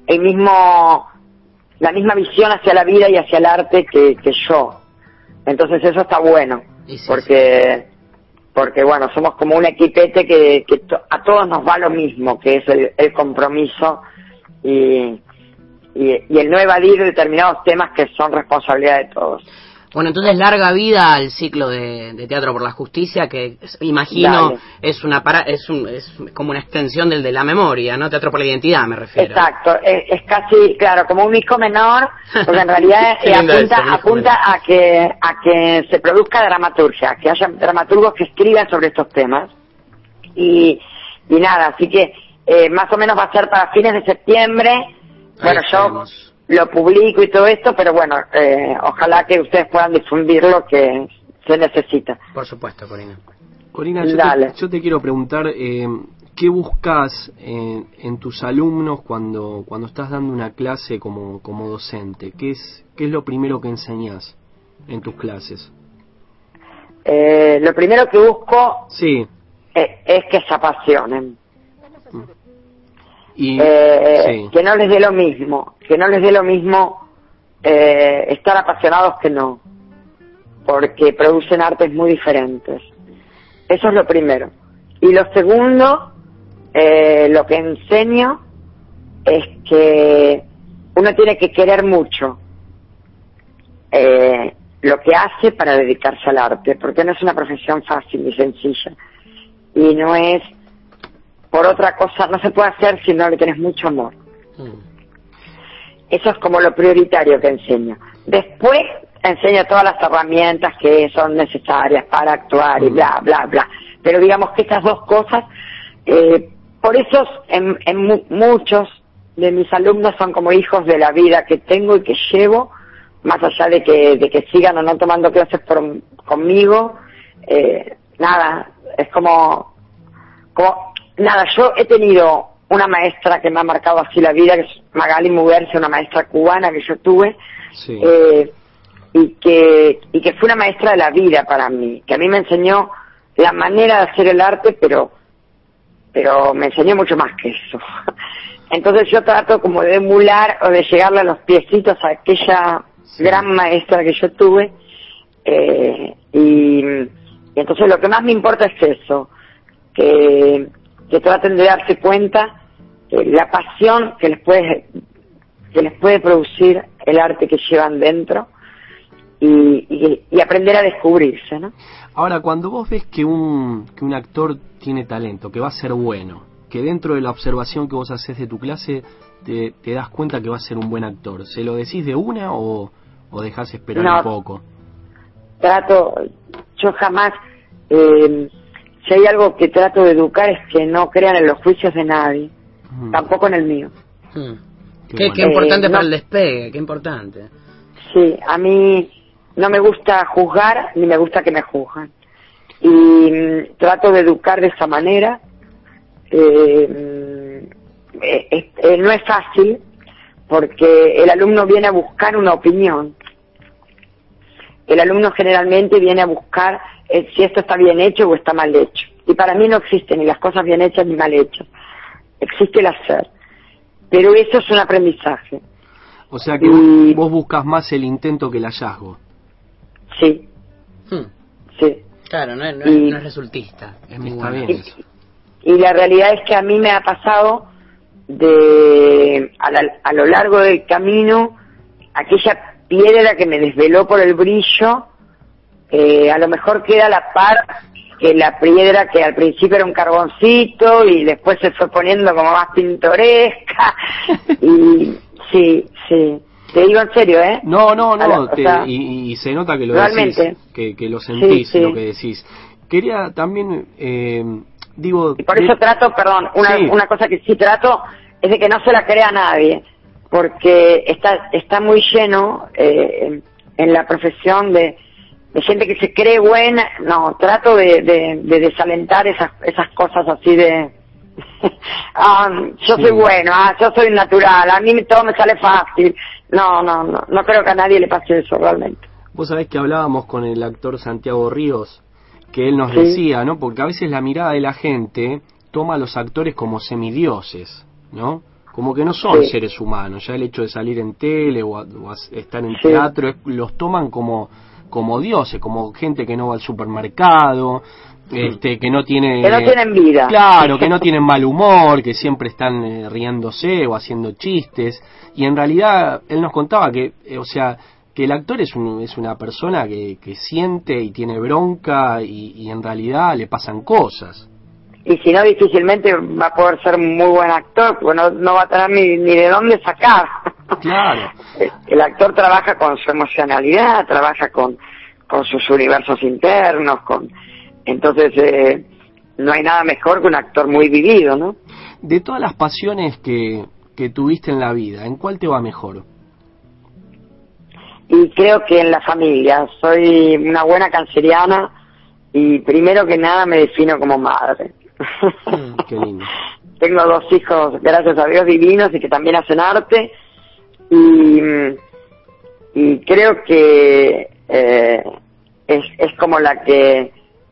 la misma visión hacia la vida y hacia el arte que yo. Entonces eso está bueno, porque bueno, somos como un equipete que a todos nos va lo mismo, que es el compromiso y el no evadir determinados temas que son responsabilidad de todos. Bueno, entonces larga vida al ciclo de Teatro por la Justicia, que imagino es como una extensión del de la memoria, ¿no? Teatro por la Identidad, me refiero. Exacto, es casi, claro, como un hijo menor, porque en realidad apunta a que se produzca dramaturgia, que haya dramaturgos que escriban sobre estos temas. Y nada, así que más o menos va a ser para fines de septiembre. Bueno, yo lo publico y todo esto, pero bueno, ojalá que ustedes puedan difundir lo que se necesita. Por supuesto, Corina. Corina, yo te quiero preguntar, ¿qué buscas en tus alumnos cuando estás dando una clase como docente? ¿Qué es lo primero que enseñas en tus clases? Lo primero que busco es que se apasionen. Y, que no les dé lo mismo, estar apasionados que no, porque producen artes muy diferentes. Eso es lo primero. Y lo segundo, lo que enseño es que uno tiene que querer mucho lo que hace para dedicarse al arte, porque no es una profesión fácil ni sencilla, y no es por otra cosa, no se puede hacer si no le tienes mucho amor. Eso es como lo prioritario que enseño. Después enseño todas las herramientas que son necesarias para actuar y bla, bla, bla. Pero digamos que estas 2 cosas, por eso muchos de mis alumnos son como hijos de la vida que tengo y que llevo, más allá de que sigan o no tomando clases conmigo. Nada, es como nada, yo he tenido una maestra que me ha marcado así la vida, que es Magali Muguerza, una maestra cubana que yo tuve, y que fue una maestra de la vida para mí, que a mí me enseñó la manera de hacer el arte, pero me enseñó mucho más que eso. Entonces yo trato como de emular o de llegarle a los piecitos a aquella gran maestra que yo tuve, y entonces lo que más me importa es eso, que traten de darse cuenta la pasión que les puede producir el arte que llevan dentro y aprender a descubrirse, ¿no? Ahora, cuando vos ves que un actor tiene talento, que va a ser bueno, que dentro de la observación que vos haces de tu clase te das cuenta que va a ser un buen actor? ¿Se lo decís de una o dejás esperar un poco? Yo jamás, si hay algo que trato de educar es que no crean en los juicios de nadie, tampoco en el mío. Qué importante para el despegue, qué importante. Sí, a mí no me gusta juzgar ni me gusta que me juzgan. Y trato de educar de esa manera. No es fácil porque el alumno viene a buscar una opinión. El alumno generalmente viene a buscar si esto está bien hecho o está mal hecho. Y para mí no existen ni las cosas bien hechas ni mal hechas. Existe el hacer. Pero eso es un aprendizaje. O sea que vos buscas más el intento que el hallazgo. Sí. Sí. Claro, no es resultista. Es muy Está bueno. bien eso. Y la realidad es que a mí me ha pasado a lo largo del camino, aquella piedra que me desveló por el brillo, a lo mejor queda a la par que la piedra que al principio era un carboncito y después se fue poniendo como más pintoresca. Y sí, te digo en serio, ¿eh? No, y se nota que lo realmente decís, que lo sentís, sí. lo que decís. Quería también, digo... Y por eso trato, perdón, una cosa que sí trato es de que no se la crea a nadie, porque está muy lleno en la profesión de gente que se cree buena. No, trato de desalentar esas cosas así de... yo soy bueno, yo soy natural, a mí todo me sale fácil. No creo que a nadie le pase eso realmente. Vos sabés que hablábamos con el actor Santiago Ríos, que él nos decía, ¿no? Porque a veces la mirada de la gente toma a los actores como semidioses, ¿no? Como que no son seres humanos. Ya el hecho de salir en tele o estar en teatro, los toman como dioses, como gente que no va al supermercado, que no tienen vida. Claro, que no tienen mal humor, que siempre están riéndose o haciendo chistes. Y en realidad él nos contaba que, que el actor es una persona que siente y tiene bronca y en realidad le pasan cosas. Y si no, difícilmente va a poder ser muy buen actor, porque no va a tener ni de dónde sacar. Claro. El actor trabaja con su emocionalidad, trabaja con sus universos internos, entonces no hay nada mejor que un actor muy vivido, ¿no? De todas las pasiones que tuviste en la vida, ¿en cuál te va mejor? Y creo que en la familia. Soy una buena canceriana y primero que nada me defino como madre. Qué lindo. Tengo 2 hijos, gracias a Dios, divinos y que también hacen arte, y creo que es como la que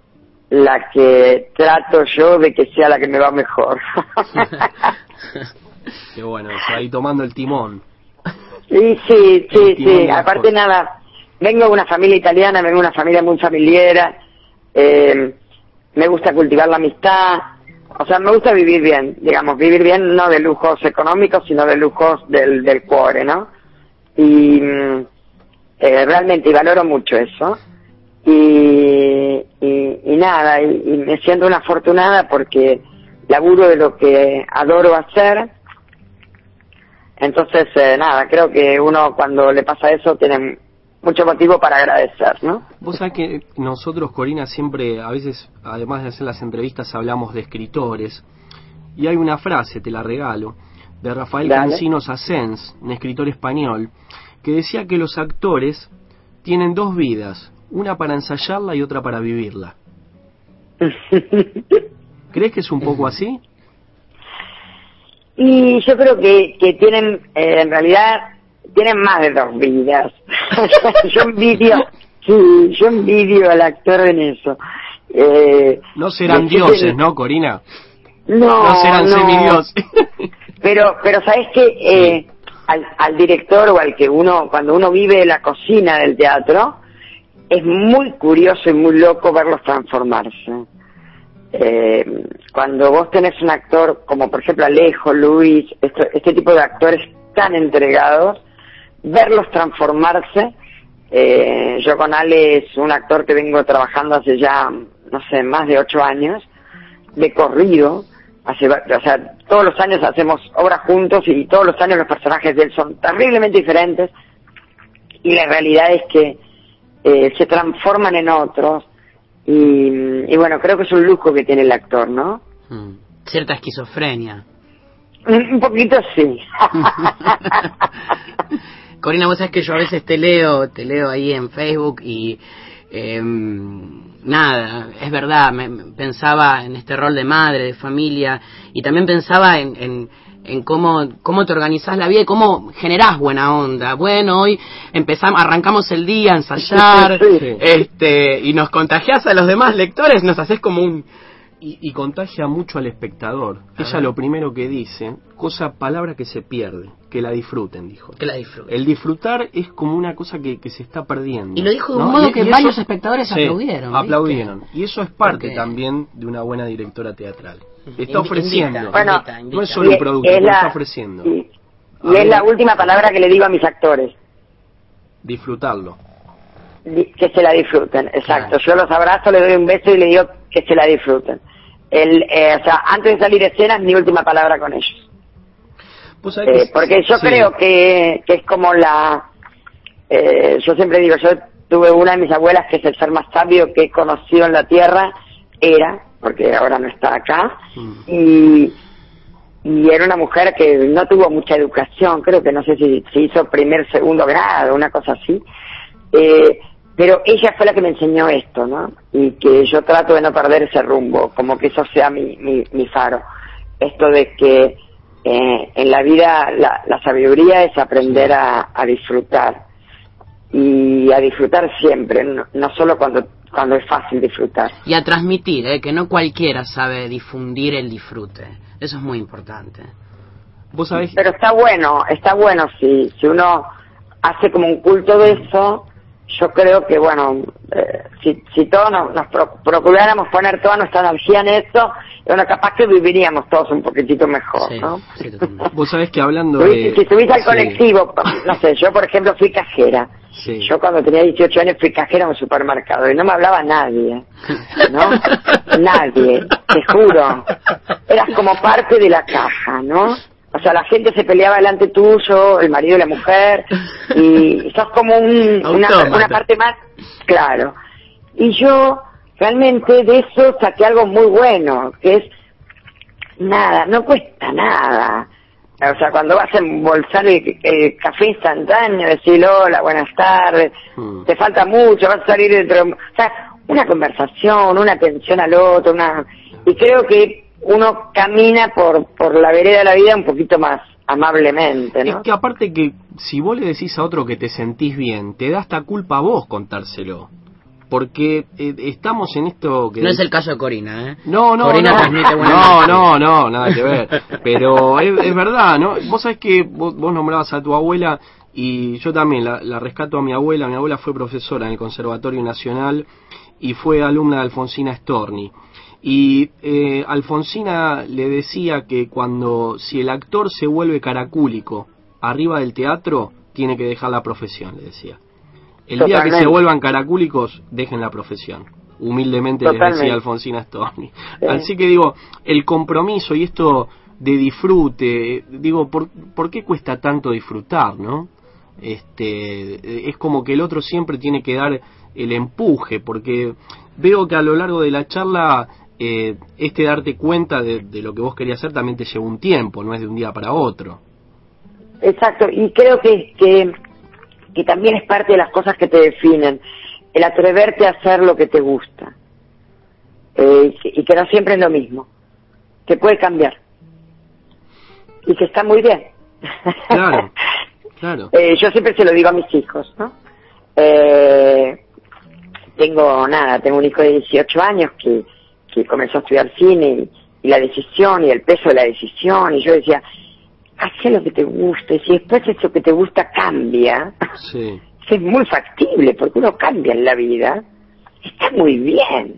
trato yo de que sea la que me va mejor. Qué bueno, ahí tomando el timón. Sí. Aparte nada, vengo de una familia italiana, vengo de una familia muy familiar. Me gusta cultivar la amistad, me gusta vivir bien, vivir bien no de lujos económicos, sino de lujos del cuore, ¿no? Y realmente valoro mucho eso. Y nada, y me siento una afortunada porque laburo de lo que adoro hacer. Entonces, nada, creo que uno cuando le pasa eso tiene mucho motivo para agradecer, ¿no? Vos sabés que nosotros, Corina, siempre, a veces, además de hacer las entrevistas, hablamos de escritores. Y hay una frase, te la regalo, de Rafael Cancinos Asens, un escritor español, que decía que los actores tienen 2 vidas, una para ensayarla y otra para vivirla. ¿Crees que es un poco así? Y yo creo que tienen, en realidad, tienen más de 2 vidas. Yo envidio al actor en eso. No serán dioses, ¿no, Corina? No serán semidioses. Pero ¿sabes qué? Al director o al que cuando uno vive la cocina del teatro, es muy curioso y muy loco verlos transformarse. Cuando vos tenés un actor como por ejemplo Alejo, Luis, este tipo de actores tan entregados, verlos transformarse. Yo con Ale es un actor que vengo trabajando hace ya, más de 8 años, de corrido, o sea, todos los años hacemos obras juntos y todos los años los personajes de él son terriblemente diferentes y la realidad es que se transforman en otros y bueno, creo que es un lujo que tiene el actor, ¿no? Cierta esquizofrenia. Un poquito sí. Corina, vos sabés que yo a veces te leo ahí en Facebook y nada, es verdad, pensaba en este rol de madre, de familia, y también pensaba en cómo te organizás la vida y cómo generás buena onda. Bueno, hoy arrancamos el día a ensayar, y nos contagiás a los demás lectores, nos haces como un... Y contagia mucho al espectador. Ella lo primero que dice, palabra que se pierde, que la disfruten, dijo. Que la disfruten. El disfrutar es como una cosa que se está perdiendo. Y lo dijo de un modo que varios espectadores aplaudieron. Aplaudieron. Y eso es parte también de una buena directora teatral. Está ofreciendo. Invita. No es solo un producto, lo está ofreciendo. Y es la última palabra que le digo a mis actores. Disfrutarlo. Que se la disfruten, exacto. Yo los abrazo, le doy un beso y le digo que se la disfruten. O sea, antes de salir escenas, mi última palabra con ellos. Porque yo creo que es como yo siempre digo, yo tuve una de mis abuelas que es el ser más sabio que he conocido en la tierra, porque ahora no está acá, y era una mujer que no tuvo mucha educación, creo que no sé si hizo segundo grado, una cosa así, pero ella fue la que me enseñó esto, ¿no? Y que yo trato de no perder ese rumbo, como que eso sea mi faro. Esto de que en la vida la sabiduría es aprender a disfrutar. Y a disfrutar siempre, no solo cuando es fácil disfrutar. Y a transmitir, que no cualquiera sabe difundir el disfrute. Eso es muy importante. ¿Vos sabés? Pero está bueno si uno hace como un culto de eso. Yo creo que, bueno, si todos nos procuráramos poner toda nuestra energía en eso, bueno, capaz que viviríamos todos un poquitito mejor, ¿no? Sí, vos sabés que hablando de... Si subís al colectivo, no sé, yo por ejemplo fui cajera. Sí. Yo cuando tenía 18 años fui cajera en un supermercado y no me hablaba nadie, ¿no? Nadie, te juro. Eras como parte de la caja, ¿no? O sea, la gente se peleaba delante tuyo, el marido y la mujer, y sos como una parte más, claro. Y yo realmente de eso saqué algo muy bueno, que es nada, no cuesta nada. O sea, cuando vas a embolsar el café instantáneo, decir hola, buenas tardes, te falta mucho, vas a salir dentro, o sea, una conversación, una atención al otro, y creo que uno camina por la vereda de la vida un poquito más amablemente, ¿no? Es que aparte que si vos le decís a otro que te sentís bien, te da hasta culpa a vos contárselo. Porque estamos en esto que... No es el caso de Corina, ¿eh? No, Corina transmite buena no, nada que ver. Pero es verdad, ¿no? Vos sabés que vos nombrabas a tu abuela y yo también la rescato a mi abuela. Mi abuela fue profesora en el Conservatorio Nacional y fue alumna de Alfonsina Storni. Y Alfonsina le decía que si el actor se vuelve caracúlico arriba del teatro, tiene que dejar la profesión, le decía. El día que se vuelvan caracúlicos, dejen la profesión. Humildemente les decía Alfonsina Storni. Sí. Así que digo, el compromiso y esto de disfrute, digo, ¿por qué cuesta tanto disfrutar, no? Es como que el otro siempre tiene que dar el empuje, porque veo que a lo largo de la charla darte cuenta de lo que vos querías hacer también te lleva un tiempo, no es de un día para otro. Exacto, y creo que también es parte de las cosas que te definen, el atreverte a hacer lo que te gusta, y que no siempre es lo mismo, que puede cambiar, y que está muy bien. Claro. Yo siempre se lo digo a mis hijos, ¿no? Tengo un hijo de 18 años que comenzó a estudiar cine y la decisión y el peso de la decisión, y yo decía, haz lo que te guste, si después eso que te gusta cambia, sí. Es muy factible, porque uno cambia en la vida, está muy bien.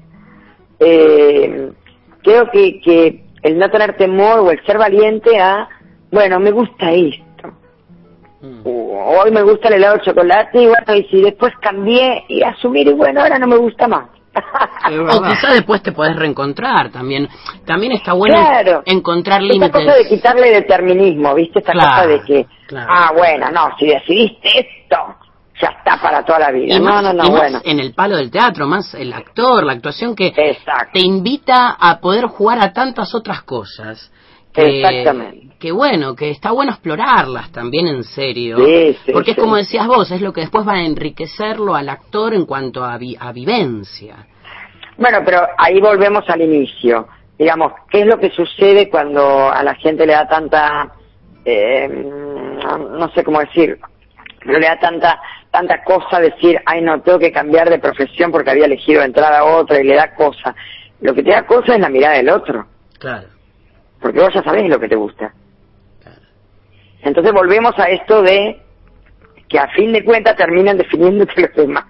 Creo que el no tener temor o el ser valiente bueno, me gusta esto, hoy me gusta el helado de chocolate, y bueno, y si después cambié y asumir, y bueno, ahora no me gusta más. O quizás después te podés reencontrar también. También está bueno encontrar límites. Esta cosa de quitarle determinismo, ¿viste? Esta cosa de que, bueno, no, si decidiste esto, ya está para toda la vida. Y no, más bueno. En el palo del teatro, más el actor, la actuación que Exacto. te invita a poder jugar a tantas otras cosas. Exactamente. Que bueno, que está bueno explorarlas también en serio. Sí, porque es como decías vos, es lo que después va a enriquecerlo al actor en cuanto a vivencia. Bueno, pero ahí volvemos al inicio. Digamos, ¿qué es lo que sucede cuando a la gente le da tanta, no sé cómo decir, pero le da tanta cosa decir, ay no, tengo que cambiar de profesión porque había elegido entrar a otra, y le da cosa? Lo que te da cosa es la mirada del otro. Claro. Porque vos ya sabés lo que te gusta. Claro. Entonces volvemos a esto de que a fin de cuentas terminan definiéndote los demás.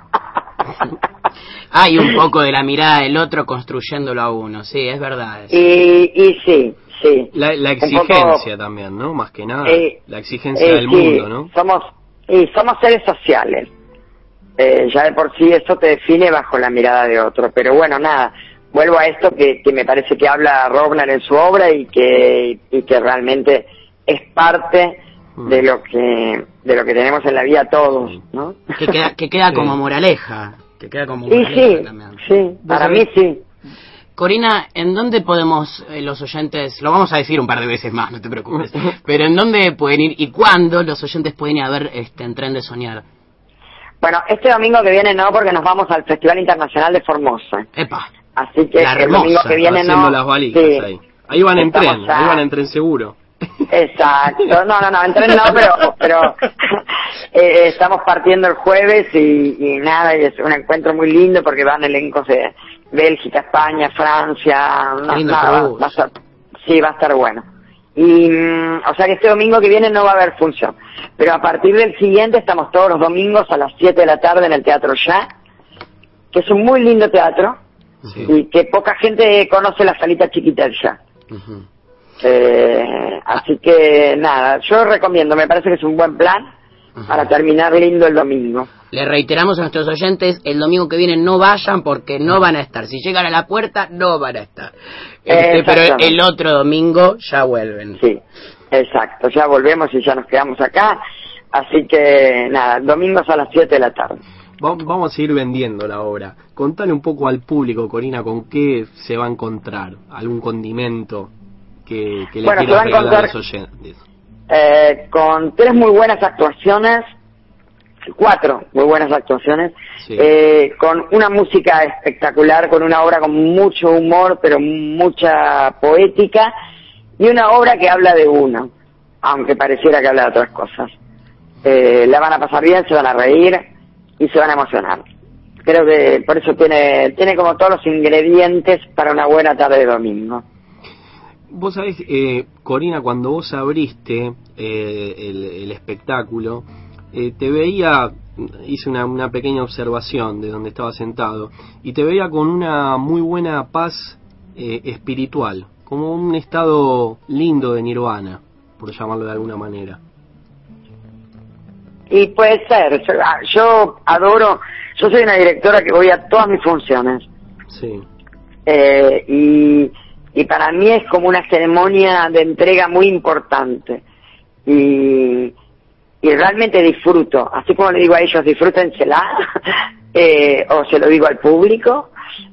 Hay un poco de la mirada del otro construyéndolo a uno, sí, es verdad. Y sí. La exigencia también, ¿no? Más que nada, la exigencia del mundo, ¿no? Somos seres sociales. Ya de por sí eso te define bajo la mirada de otro. Pero bueno, nada, vuelvo a esto que me parece que habla Rovnar en su obra y que realmente es parte de lo que tenemos en la vida todos, ¿no? Que queda como moraleja. Que queda como moraleja también. Sí, para mí sí. Corina, ¿en dónde podemos los oyentes, lo vamos a decir un par de veces más, no te preocupes, pero ¿en dónde pueden ir y cuándo los oyentes pueden ir a ver en Tren de Soñar? Bueno, este domingo que viene no, porque nos vamos al Festival Internacional de Formosa. ¡Epa! Así que el domingo que viene haciendo las valijas ahí van en tren seguro. Exacto, no, en tren no, pero estamos partiendo el jueves y nada, y es un encuentro muy lindo porque van elencos de Bélgica, España, Francia, va a estar bueno. Y o sea que este domingo que viene no va a haber función, pero a partir del siguiente estamos todos los domingos a las 7 de la tarde en el Teatro Ya, que es un muy lindo teatro y que poca gente conoce, la salita chiquita del Ya. Así que nada, yo recomiendo, me parece que es un buen plan para terminar lindo el domingo. Le reiteramos a nuestros oyentes, el domingo que viene no vayan porque no van a estar. Si llegan a la puerta, no van a estar. Pero el otro domingo ya vuelven. Sí, exacto, ya volvemos y ya nos quedamos acá. Así que nada, domingos a las 7 de la tarde. Vamos a seguir vendiendo la obra. Contale un poco al público, Corina, con qué se va a encontrar. ¿Algún condimento que le quieras regalar a los oyentes? Con 4 muy buenas actuaciones, con una música espectacular, con una obra con mucho humor, pero mucha poética, y una obra que habla de uno, aunque pareciera que habla de otras cosas. La van a pasar bien, se van a reír y se van a emocionar. Creo que por eso tiene como todos los ingredientes para una buena tarde de domingo. Vos sabés, Corina, cuando vos abriste el espectáculo, te veía, hice una pequeña observación de donde estaba sentado, y te veía con una muy buena paz espiritual, como un estado lindo de nirvana, por llamarlo de alguna manera. Y puede ser, yo adoro, yo soy una directora que voy a todas mis funciones. Sí. Y para mí es como una ceremonia de entrega muy importante. Y realmente disfruto, así como le digo a ellos, disfrútensela, o se lo digo al público,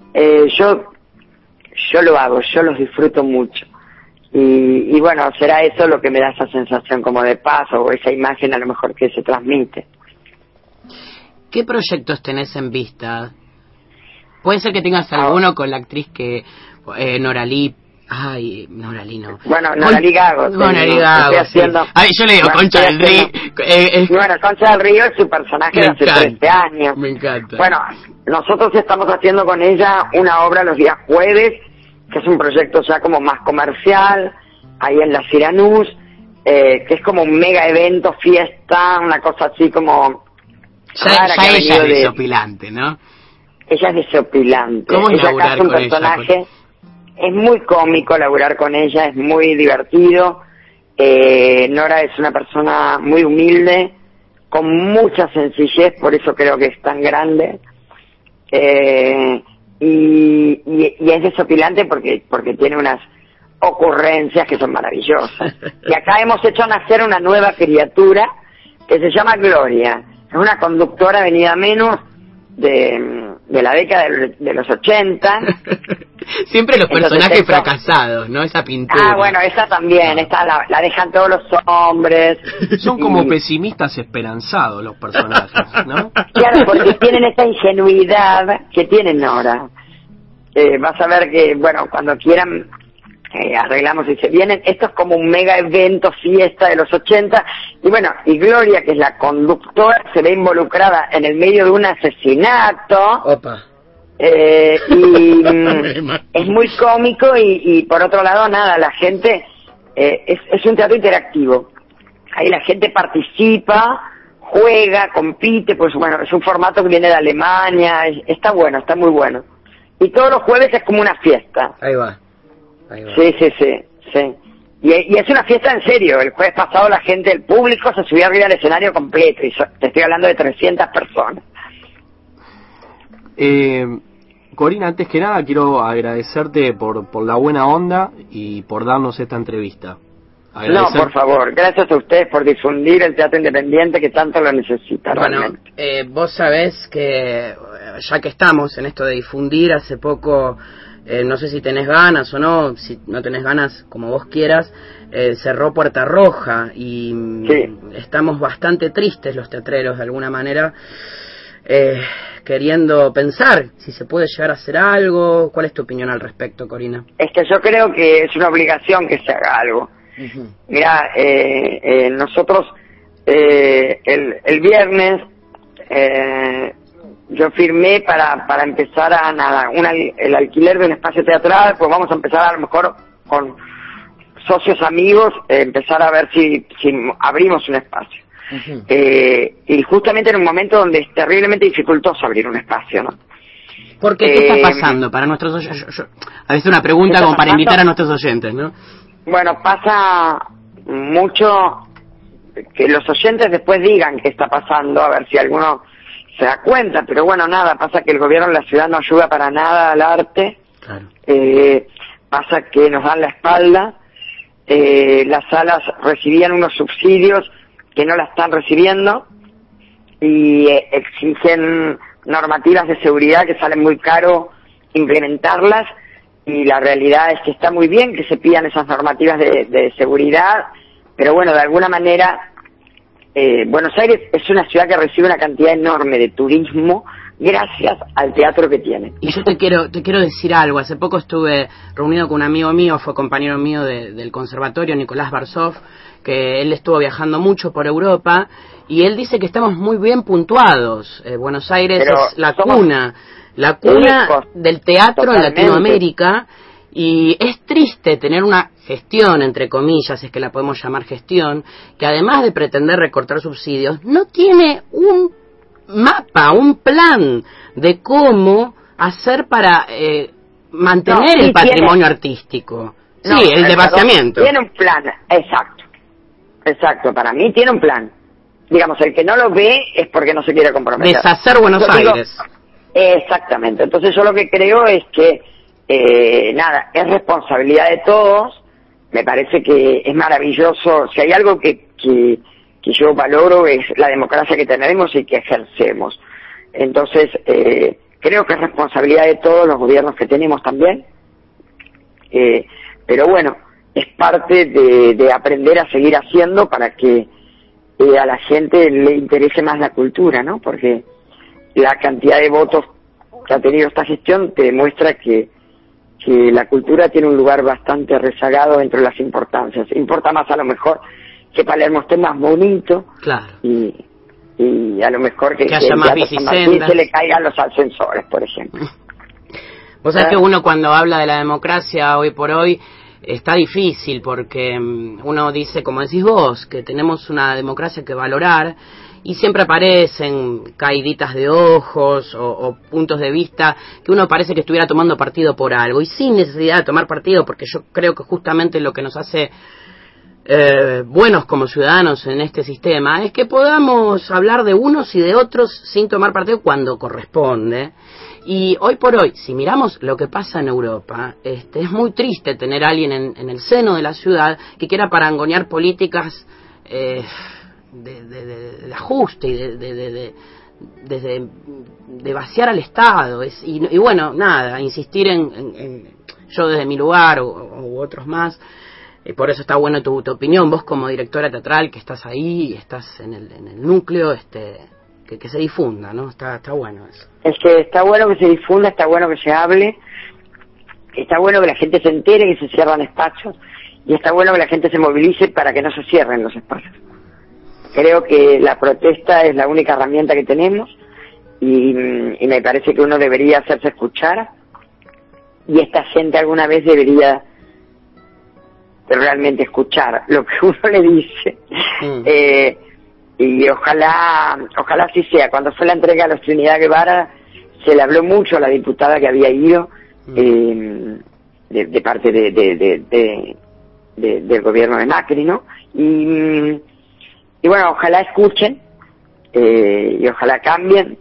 yo lo hago, yo los disfruto mucho. Y bueno, será eso lo que me da esa sensación como de paz, o esa imagen a lo mejor que se transmite. ¿Qué proyectos tenés en vista? Puede ser que tengas alguno con la actriz que Noralí. Ay, Noralí no. Bueno, Noralí Gago. Noralí Gago, sí. Ay, yo le digo Concha del Río. Bueno, Concha del Río es su personaje de hace 13 años. Me encanta. Bueno, nosotros estamos haciendo con ella una obra los días jueves, que es un proyecto ya como más comercial, ahí en la Siranús, que es como un mega evento, fiesta, una cosa así como... Ya ella es desopilante, ¿no? Ella es desopilante. ¿Cómo es ella acá es un personaje, es muy cómico laburar con ella, es muy divertido. Nora es una persona muy humilde, con mucha sencillez, por eso creo que es tan grande. Y y es desopilante porque tiene unas ocurrencias que son maravillosas. Y acá hemos hecho nacer una nueva criatura que se llama Gloria. Es una conductora venida menos de la década de los 80. Siempre los personajes fracasados, ¿no? Esa pintura. Ah, bueno, esa también, esta la dejan todos los hombres. Son como pesimistas esperanzados los personajes, ¿no? Claro, porque tienen esta ingenuidad que tienen ahora. Vas a ver que, bueno, cuando quieran arreglamos y se vienen. Esto es como un mega evento, fiesta de los 80. Y bueno, y Gloria, que es la conductora, se ve involucrada en el medio de un asesinato. Opa. Y es muy cómico y por otro lado, nada, la gente, es un teatro interactivo. Ahí la gente participa, juega, compite, pues bueno, es un formato que viene de Alemania, está bueno, está muy bueno. Y todos los jueves es como una fiesta. Ahí va. Sí. Y es una fiesta en serio. El jueves pasado la gente, el público se subió arriba al escenario completo, y te estoy hablando de 300 personas. Corina, antes que nada quiero agradecerte por la buena onda y por darnos esta entrevista. No, por favor, gracias a ustedes por difundir el teatro independiente que tanto lo necesita. Bueno, vos sabés que ya que estamos en esto de difundir, hace poco, no sé si tenés ganas o no, si no tenés ganas, como vos quieras, cerró Puerta Roja y sí. Estamos bastante tristes los teatreros de alguna manera, queriendo pensar si se puede llegar a hacer algo. ¿Cuál es tu opinión al respecto, Corina? Es que yo creo que es una obligación que se haga algo. Uh-huh. Mira, nosotros el viernes yo firmé para empezar el alquiler de un espacio teatral. Pues vamos a empezar a lo mejor con socios amigos, empezar a ver si abrimos un espacio. Uh-huh. Y justamente en un momento donde es terriblemente dificultoso abrir un espacio, ¿no? ¿Por qué? ¿Qué está pasando para nuestros oyentes? A veces una pregunta como para invitar a nuestros oyentes, ¿no? Bueno, pasa mucho que los oyentes después digan qué está pasando, a ver si alguno se da cuenta, pero bueno, nada, pasa que el gobierno de la ciudad no ayuda para nada al arte. Claro. Pasa que nos dan la espalda, las salas recibían unos subsidios que no la están recibiendo y exigen normativas de seguridad que salen muy caro implementarlas, y la realidad es que está muy bien que se pidan esas normativas de seguridad, pero bueno, de alguna manera Buenos Aires es una ciudad que recibe una cantidad enorme de turismo gracias al teatro que tiene. Y yo te quiero decir algo. Hace poco estuve reunido con un amigo mío, fue compañero mío del conservatorio, Nicolás Barsov, que él estuvo viajando mucho por Europa, y él dice que estamos muy bien puntuados. Buenos Aires es la cuna del teatro totalmente en Latinoamérica, y es triste tener una gestión, entre comillas, es que la podemos llamar gestión, que además de pretender recortar subsidios, no tiene un mapa, un plan de cómo hacer para mantener el patrimonio artístico. Sí, el de vaciamiento. Tiene un plan, exacto, para mí tiene un plan. Digamos, el que no lo ve es porque no se quiere comprometer. Deshacer Buenos Aires. Exactamente, entonces yo lo que creo es que es responsabilidad de todos. Me parece que es maravilloso. Si hay algo que yo valoro es la democracia que tenemos y que ejercemos. Entonces creo que es responsabilidad de todos los gobiernos que tenemos también, pero bueno, es parte de aprender a seguir haciendo para que a la gente le interese más la cultura, ¿no? Porque la cantidad de votos que ha tenido esta gestión te demuestra que la cultura tiene un lugar bastante rezagado entre las importancias. Importa más a lo mejor que Palermo esté más bonito, claro, y a lo mejor que haya más bicisendas, se le caigan los ascensores, por ejemplo. Vos sabés que uno cuando habla de la democracia hoy por hoy está difícil, porque uno dice, como decís vos, que tenemos una democracia que valorar, y siempre aparecen caíditas de ojos o puntos de vista que uno parece que estuviera tomando partido por algo, y sin necesidad de tomar partido, porque yo creo que justamente lo que nos hace buenos como ciudadanos en este sistema es que podamos hablar de unos y de otros sin tomar partido cuando corresponde. Y hoy por hoy, si miramos lo que pasa en Europa, es muy triste tener a alguien en el seno de la ciudad que quiera parangonear políticas de ajuste y de vaciar al Estado. Y bueno, nada, insistir en yo desde mi lugar u otros más. Por eso está bueno tu opinión, vos como directora teatral que estás ahí, estás en el núcleo, que se difunda, ¿no? Está bueno eso. Es que está bueno que se difunda, está bueno que se hable, está bueno que la gente se entere que se cierran espacios, y está bueno que la gente se movilice para que no se cierren los espacios. Creo que la protesta es la única herramienta que tenemos, y me parece que uno debería hacerse escuchar, y esta gente alguna vez debería realmente escuchar lo que uno le dice. Y ojalá así sea. Cuando fue la entrega a los Trinidad Guevara, se le habló mucho a la diputada que había ido, de parte del gobierno de Macri, ¿no? Y bueno, ojalá escuchen, y ojalá cambien,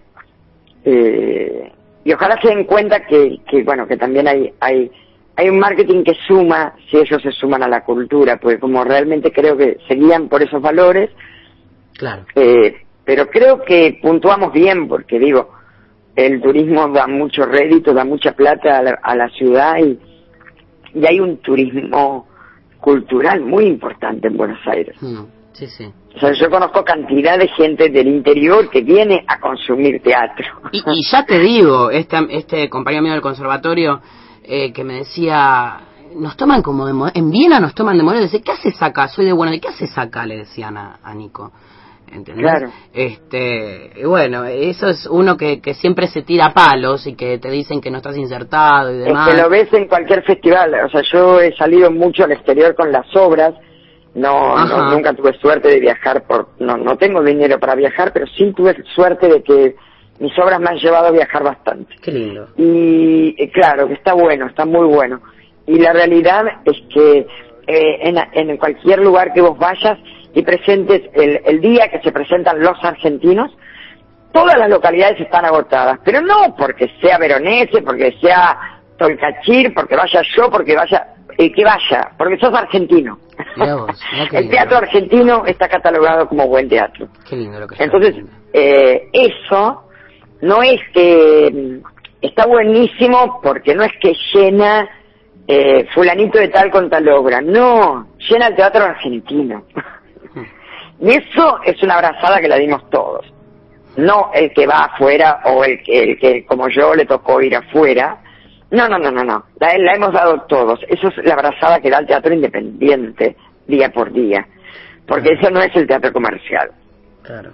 y ojalá se den cuenta que bueno, que también hay un marketing que suma, si ellos se suman a la cultura, porque como realmente creo que se guían por esos valores. Claro. Pero creo que puntuamos bien, porque digo, el turismo da mucho rédito, da mucha plata a la ciudad, y hay un turismo cultural muy importante en Buenos Aires. Sí, sí. O sea, yo conozco cantidad de gente del interior que viene a consumir teatro. Y ya te digo, este compañero mío del conservatorio que me decía, nos toman como en Viena nos toman de modelo, dice, ¿qué haces acá? Soy de Buenos Aires, ¿qué haces acá? Le decían a Nico. ¿Entendés? Claro. Bueno, eso es uno que siempre se tira palos y que te dicen que no estás insertado y demás. Es que lo ves en cualquier festival. O sea, yo he salido mucho al exterior con las obras. Nunca tuve suerte de viajar no tengo dinero para viajar, pero sí tuve suerte de que mis obras me han llevado a viajar bastante. Qué lindo. Y claro, que está bueno, está muy bueno. Y la realidad es que en cualquier lugar que vos vayas y presentes el día que se presentan los argentinos, todas las localidades están agotadas, pero no porque sea Veronese, porque sea Tolcachir, porque vaya yo, porque vaya que vaya, porque sos argentino. El teatro argentino está catalogado como buen teatro. Qué lindo lo que está. Entonces, eso no es que está buenísimo, porque no es que llena fulanito de tal con tal obra, no, llena el teatro argentino. Y eso es una abrazada que la dimos todos, no el que va afuera o el que como yo le tocó ir afuera. No, la hemos dado todos. Eso es la abrazada que da el teatro independiente día por día, porque eso no es el teatro comercial. Claro.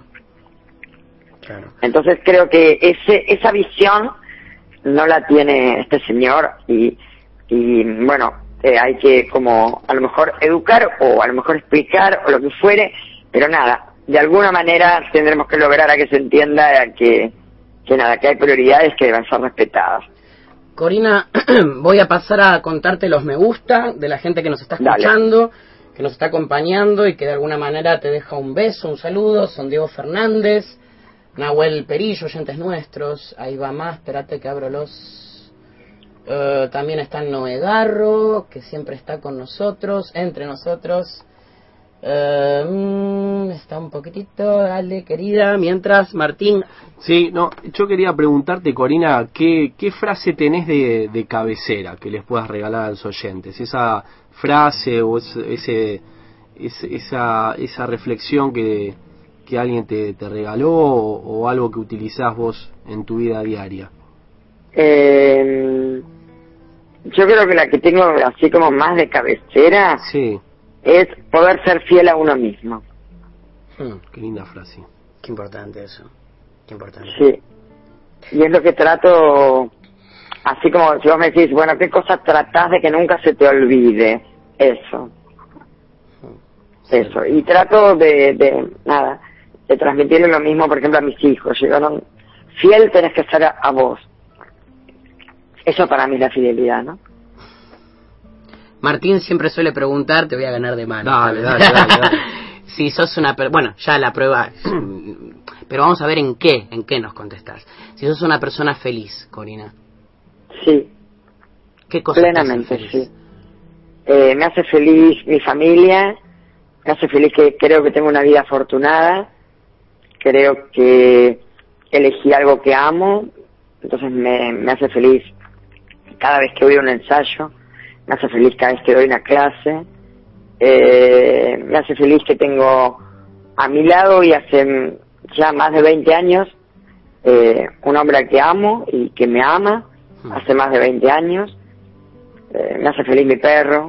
Entonces creo que esa visión no la tiene este señor, y bueno, hay que como a lo mejor educar o a lo mejor explicar o lo que fuere, pero nada, de alguna manera tendremos que lograr a que se entienda que hay prioridades que deben ser respetadas. Corina, voy a pasar a contarte los me gusta de la gente que nos está escuchando, que nos está acompañando y que de alguna manera te deja un beso, un saludo. Son Diego Fernández, Nahuel Perillo, oyentes nuestros. Ahí va más, espérate que abro los... también está Noé Garro, que siempre está con nosotros, entre nosotros. Está un poquitito, dale querida, mientras Martín. Sí, no, yo quería preguntarte, Corina, ¿qué frase tenés de cabecera que les puedas regalar a los oyentes? Esa frase o esa reflexión que alguien te regaló, o algo que utilizás vos en tu vida diaria. Yo creo que la que tengo así como más de cabecera, sí, es poder ser fiel a uno mismo. Qué linda frase. Qué importante eso. Qué importante. Sí. Y es lo que trato, así como si vos me decís, bueno, ¿qué cosa tratás de que nunca se te olvide? Eso. Sí. Eso. Y trato de transmitirle lo mismo, por ejemplo, a mis hijos. Llegaron, fiel tenés que ser a vos. Eso para mí es la fidelidad, ¿no? Martín siempre suele preguntar, te voy a ganar de mano. Dale. si sos una bueno, ya la prueba, pero vamos a ver en qué nos contestás. Si sos una persona feliz, Corina. Sí. ¿Qué cosa plenamente, te hace feliz? Sí. Me hace feliz mi familia, me hace feliz que creo que tengo una vida afortunada, creo que elegí algo que amo, entonces me hace feliz cada vez que voy a un ensayo, me hace feliz cada vez que doy una clase, me hace feliz que tengo a mi lado y hace ya más de 20 años un hombre al que amo y que me ama, hace más de 20 años, me hace feliz mi perro,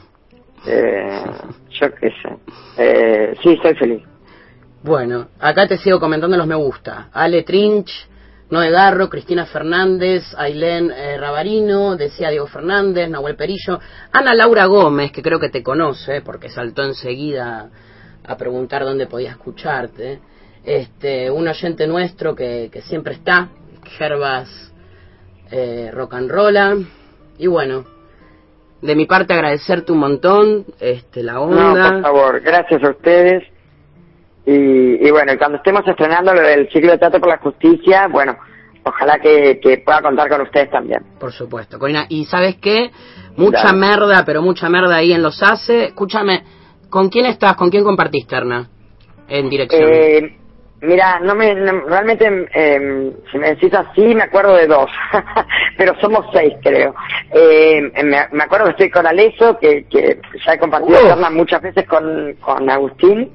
yo qué sé, sí, estoy feliz. Bueno, acá te sigo comentando los me gusta. Ale Trinch, Noé Garro, Cristina Fernández, Ailén Rabarino, decía Diego Fernández, Nahuel Perillo, Ana Laura Gómez, que creo que te conoce, porque saltó enseguida a preguntar dónde podía escucharte. Un oyente nuestro que siempre está, Gervas Rock and Rolla. Y bueno, de mi parte agradecerte un montón la onda. No, por favor, gracias a ustedes. Y bueno, cuando estemos estrenando lo del ciclo de Teatro por la Justicia, bueno, ojalá que pueda contar con ustedes también. Por supuesto, Corina. ¿Y sabes qué? Mucha merda, pero mucha merda ahí en Los Hace. Escúchame, ¿con quién estás? ¿Con quién compartiste, Terna? En dirección. Mira, realmente, si me decís así, me acuerdo de 2, pero somos 6, creo. Me acuerdo que estoy con Aleso, que ya he compartido Terna muchas veces con Agustín.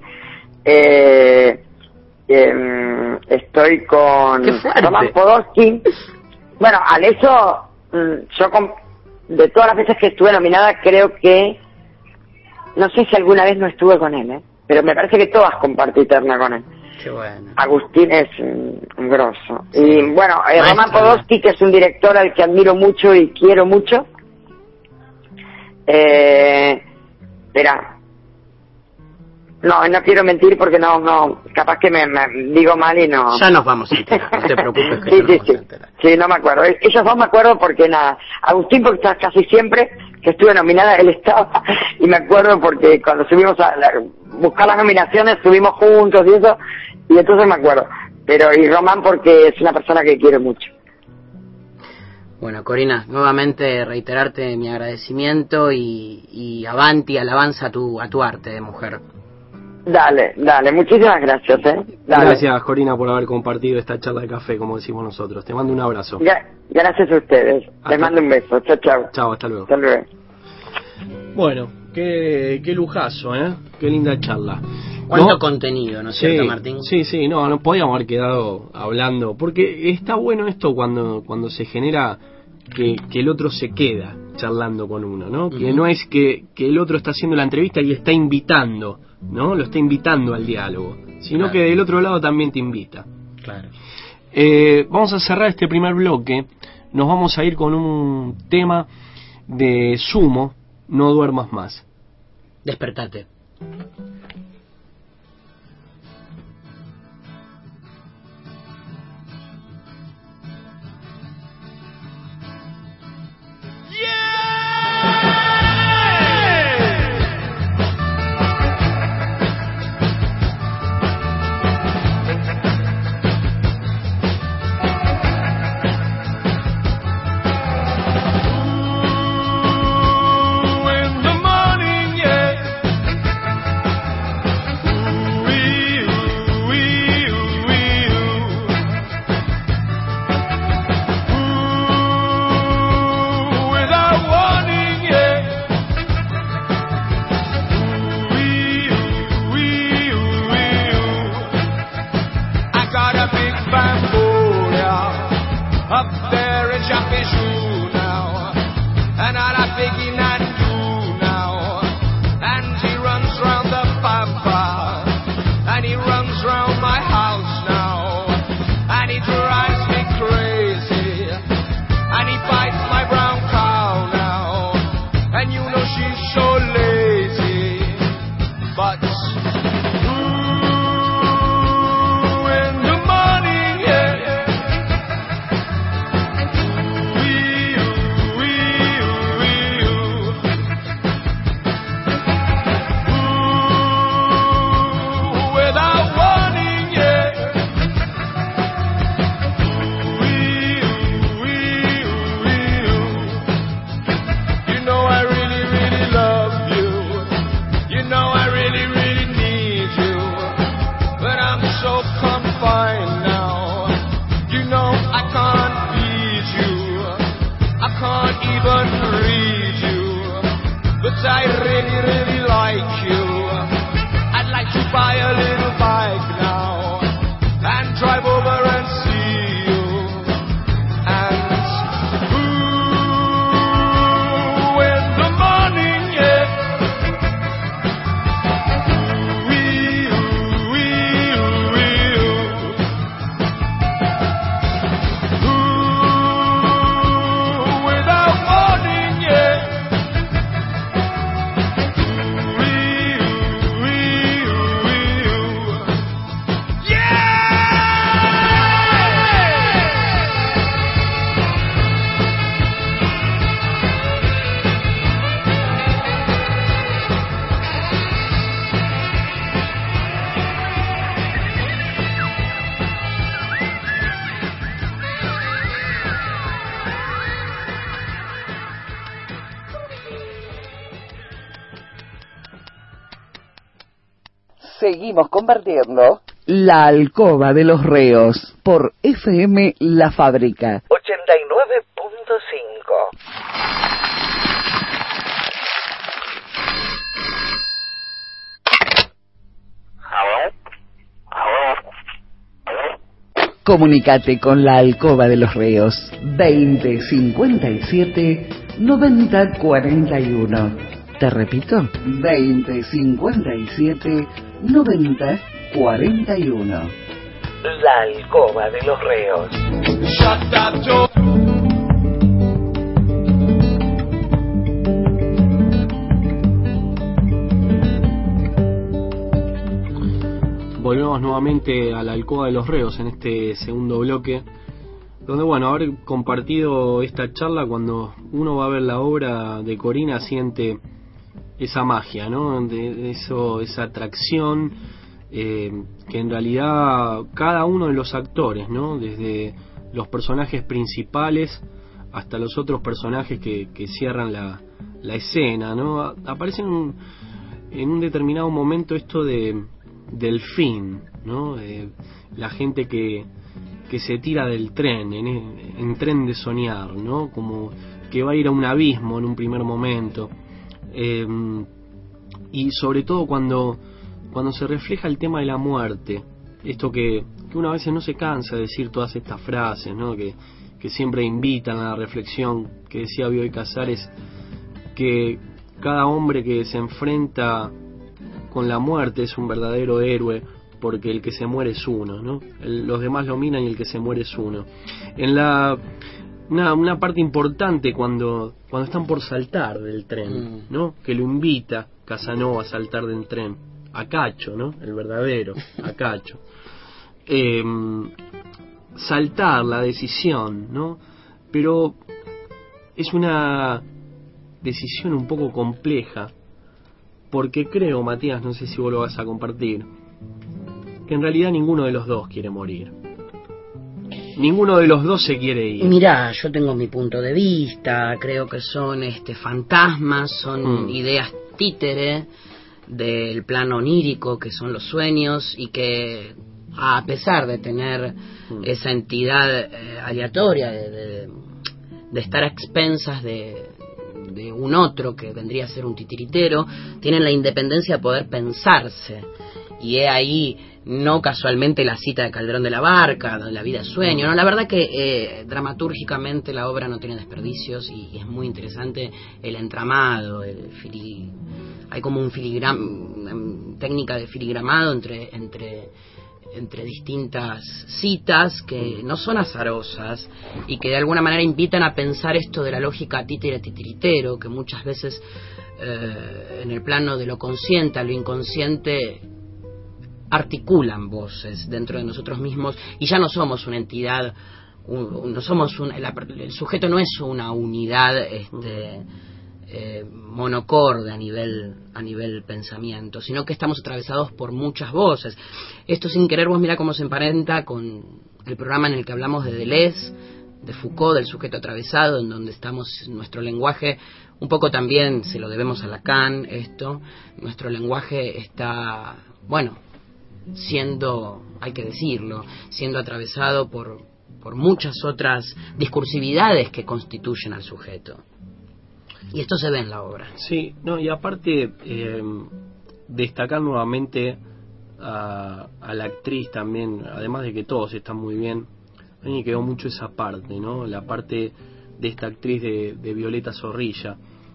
Estoy con Roman Podolsky. Bueno, Aleso, yo de todas las veces que estuve nominada, creo que no sé si alguna vez no estuve con él, pero me parece que todas compartí terna con él. Qué bueno. Agustín es un grosso. Sí. Y bueno, Roman Podolsky, que es un director al que admiro mucho y quiero mucho. Espera. No quiero mentir porque no, capaz que me digo mal y no. Ya nos vamos a enterar, no te preocupes que sí. Sí, no me acuerdo. Ellos dos me acuerdo porque nada. Agustín, porque está casi siempre que estuve nominada, él estaba, y me acuerdo porque cuando subimos a buscar las nominaciones, subimos juntos y eso, y entonces me acuerdo. Pero, y Román porque es una persona que quiero mucho. Bueno, Corina, nuevamente reiterarte mi agradecimiento y avanti, alabanza a tu arte de mujer. Dale, muchísimas gracias, Dale. Gracias, Corina, por haber compartido esta charla de café, como decimos nosotros. Te mando un abrazo. Gracias a ustedes. Les mando un beso. Chao. Chao, hasta luego. Hasta luego. Bueno, qué lujazo, Qué linda charla. ¿Cuánto contenido, no es cierto, Martín? Sí, no podíamos haber quedado hablando, porque está bueno esto cuando se genera que el otro se queda charlando con uno, ¿no? Uh-huh. Que no es que el otro está haciendo la entrevista y está invitando, ¿no? Lo está invitando al diálogo, sino que del otro lado también te invita. Claro. Vamos a cerrar este primer bloque. Nos vamos a ir con un tema de Sumo, No duermas más. Despertate. Seguimos compartiendo La Alcoba de los Reos por FM La Fábrica 89.5. Comunicate con La Alcoba de los Reos 2057 9041. Te repito, 2057 9041. La Alcoba de los Reos. Volvemos nuevamente a La Alcoba de los Reos en este segundo bloque, donde haber compartido esta charla, cuando uno va a ver la obra de Corina siente esa magia, ¿no? De eso, esa atracción que en realidad cada uno de los actores, ¿no? Desde los personajes principales hasta los otros personajes que cierran la escena, ¿no? Aparecen en un determinado momento esto del fin, ¿no? La gente que se tira del tren, en tren de soñar, ¿no? Como que va a ir a un abismo en un primer momento. Y sobre todo cuando se refleja el tema de la muerte, esto que uno a veces no se cansa de decir todas estas frases, ¿no? que siempre invitan a la reflexión, que decía Bioy Casares, que cada hombre que se enfrenta con la muerte es un verdadero héroe, porque el que se muere es uno, ¿no? Los demás lo miran y el que se muere es uno. En una parte importante cuando están por saltar del tren, ¿no? Que lo invita Casanova a saltar del tren, a Cacho, ¿no? El verdadero, a Cacho. Saltar, la decisión, ¿no? Pero es una decisión un poco compleja, porque creo, Matías, no sé si vos lo vas a compartir, que en realidad ninguno de los dos quiere morir. Ninguno de los dos se quiere ir. Mirá, yo tengo mi punto de vista, creo que son fantasmas, son ideas títere del plano onírico, que son los sueños, y que a pesar de tener esa entidad aleatoria de estar a expensas de un otro que vendría a ser un titiritero, tienen la independencia de poder pensarse. Y he ahí, no casualmente, la cita de Calderón de la Barca, donde la vida es sueño, ¿no? La verdad que dramatúrgicamente la obra no tiene desperdicios y es muy interesante el entramado, hay como una técnica de filigramado entre distintas citas que no son azarosas y que de alguna manera invitan a pensar esto de la lógica títere-titiritero, que muchas veces en el plano de lo consciente a lo inconsciente articulan voces dentro de nosotros mismos, y ya no somos una entidad, el sujeto no es una unidad monocorde a nivel pensamiento, sino que estamos atravesados por muchas voces. Esto, sin querer, vos mirá cómo se emparenta con el programa en el que hablamos de Deleuze, de Foucault, del sujeto atravesado, en donde estamos, nuestro lenguaje, un poco también se lo debemos a Lacan, nuestro lenguaje está, siendo, hay que decirlo, siendo atravesado por muchas otras discursividades que constituyen al sujeto. Y esto se ve en la obra. Sí, no, y aparte destacar nuevamente a la actriz también, además de que todos están muy bien. A mí me quedó mucho esa parte, ¿no? La parte de esta actriz de Violeta Zorrilla,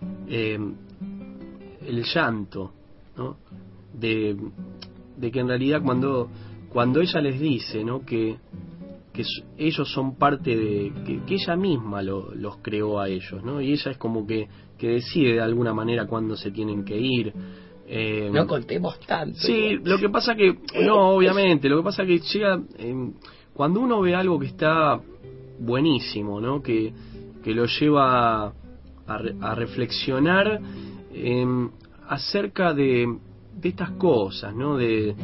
el llanto, ¿no? De que en realidad cuando ella les dice, ¿no? que ellos son parte de que ella misma los creó a ellos, ¿no? Y ella es como que decide de alguna manera cuándo se tienen que ir. No contemos tanto. Sí, lo que pasa que no, obviamente, lo que pasa que llega cuando uno ve algo que está buenísimo, ¿no? Que lo lleva a reflexionar acerca de estas cosas, ¿no? Del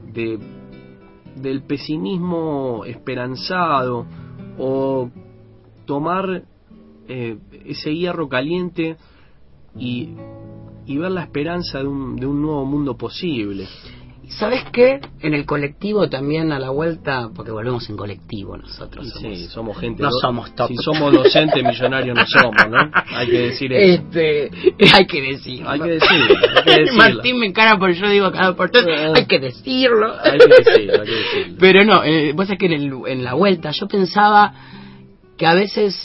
pesimismo esperanzado, o tomar ese hierro caliente y ver la esperanza de un nuevo mundo posible. ¿Sabes qué? En el colectivo también a la vuelta, porque volvemos en colectivo nosotros. Sí, somos gente. No somos top. Si somos docentes, millonarios no somos, ¿no? Hay que decir eso. Hay que decirlo. Hay que decirlo. Martín me encara por yo digo cada por todo. Hay que decirlo. Hay que decirlo. Pero no, vos sabés que en la vuelta yo pensaba que a veces...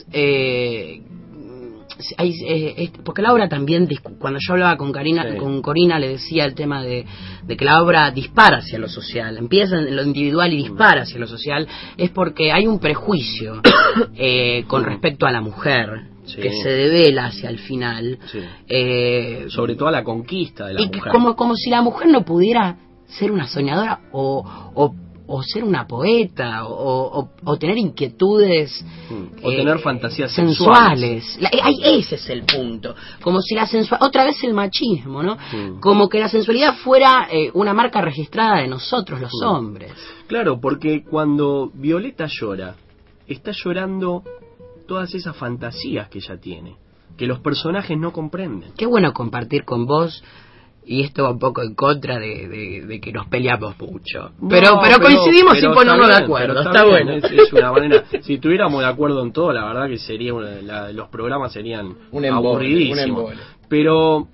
porque la obra también, cuando yo hablaba con Corina le decía el tema de que la obra dispara hacia lo social, empieza en lo individual y dispara hacia lo social, es porque hay un prejuicio con respecto a la mujer, que se devela hacia el final, sobre todo a la conquista de la mujer, como si la mujer no pudiera ser una soñadora o ser una poeta o tener inquietudes o tener fantasías sensuales. Ese es el punto. Como si la sensualidad, otra vez el machismo, ¿no? Como que la sensualidad fuera una marca registrada de nosotros los hombres. Claro, porque cuando Violeta llora, está llorando todas esas fantasías que ella tiene, que los personajes no comprenden. Qué bueno compartir con vos. Y esto va un poco en contra de que nos peleamos mucho. Pero coincidimos sin ponernos de acuerdo. Está bueno. Es una manera. Si estuviéramos de acuerdo en todo, la verdad que sería los programas serían aburridísimos. Pero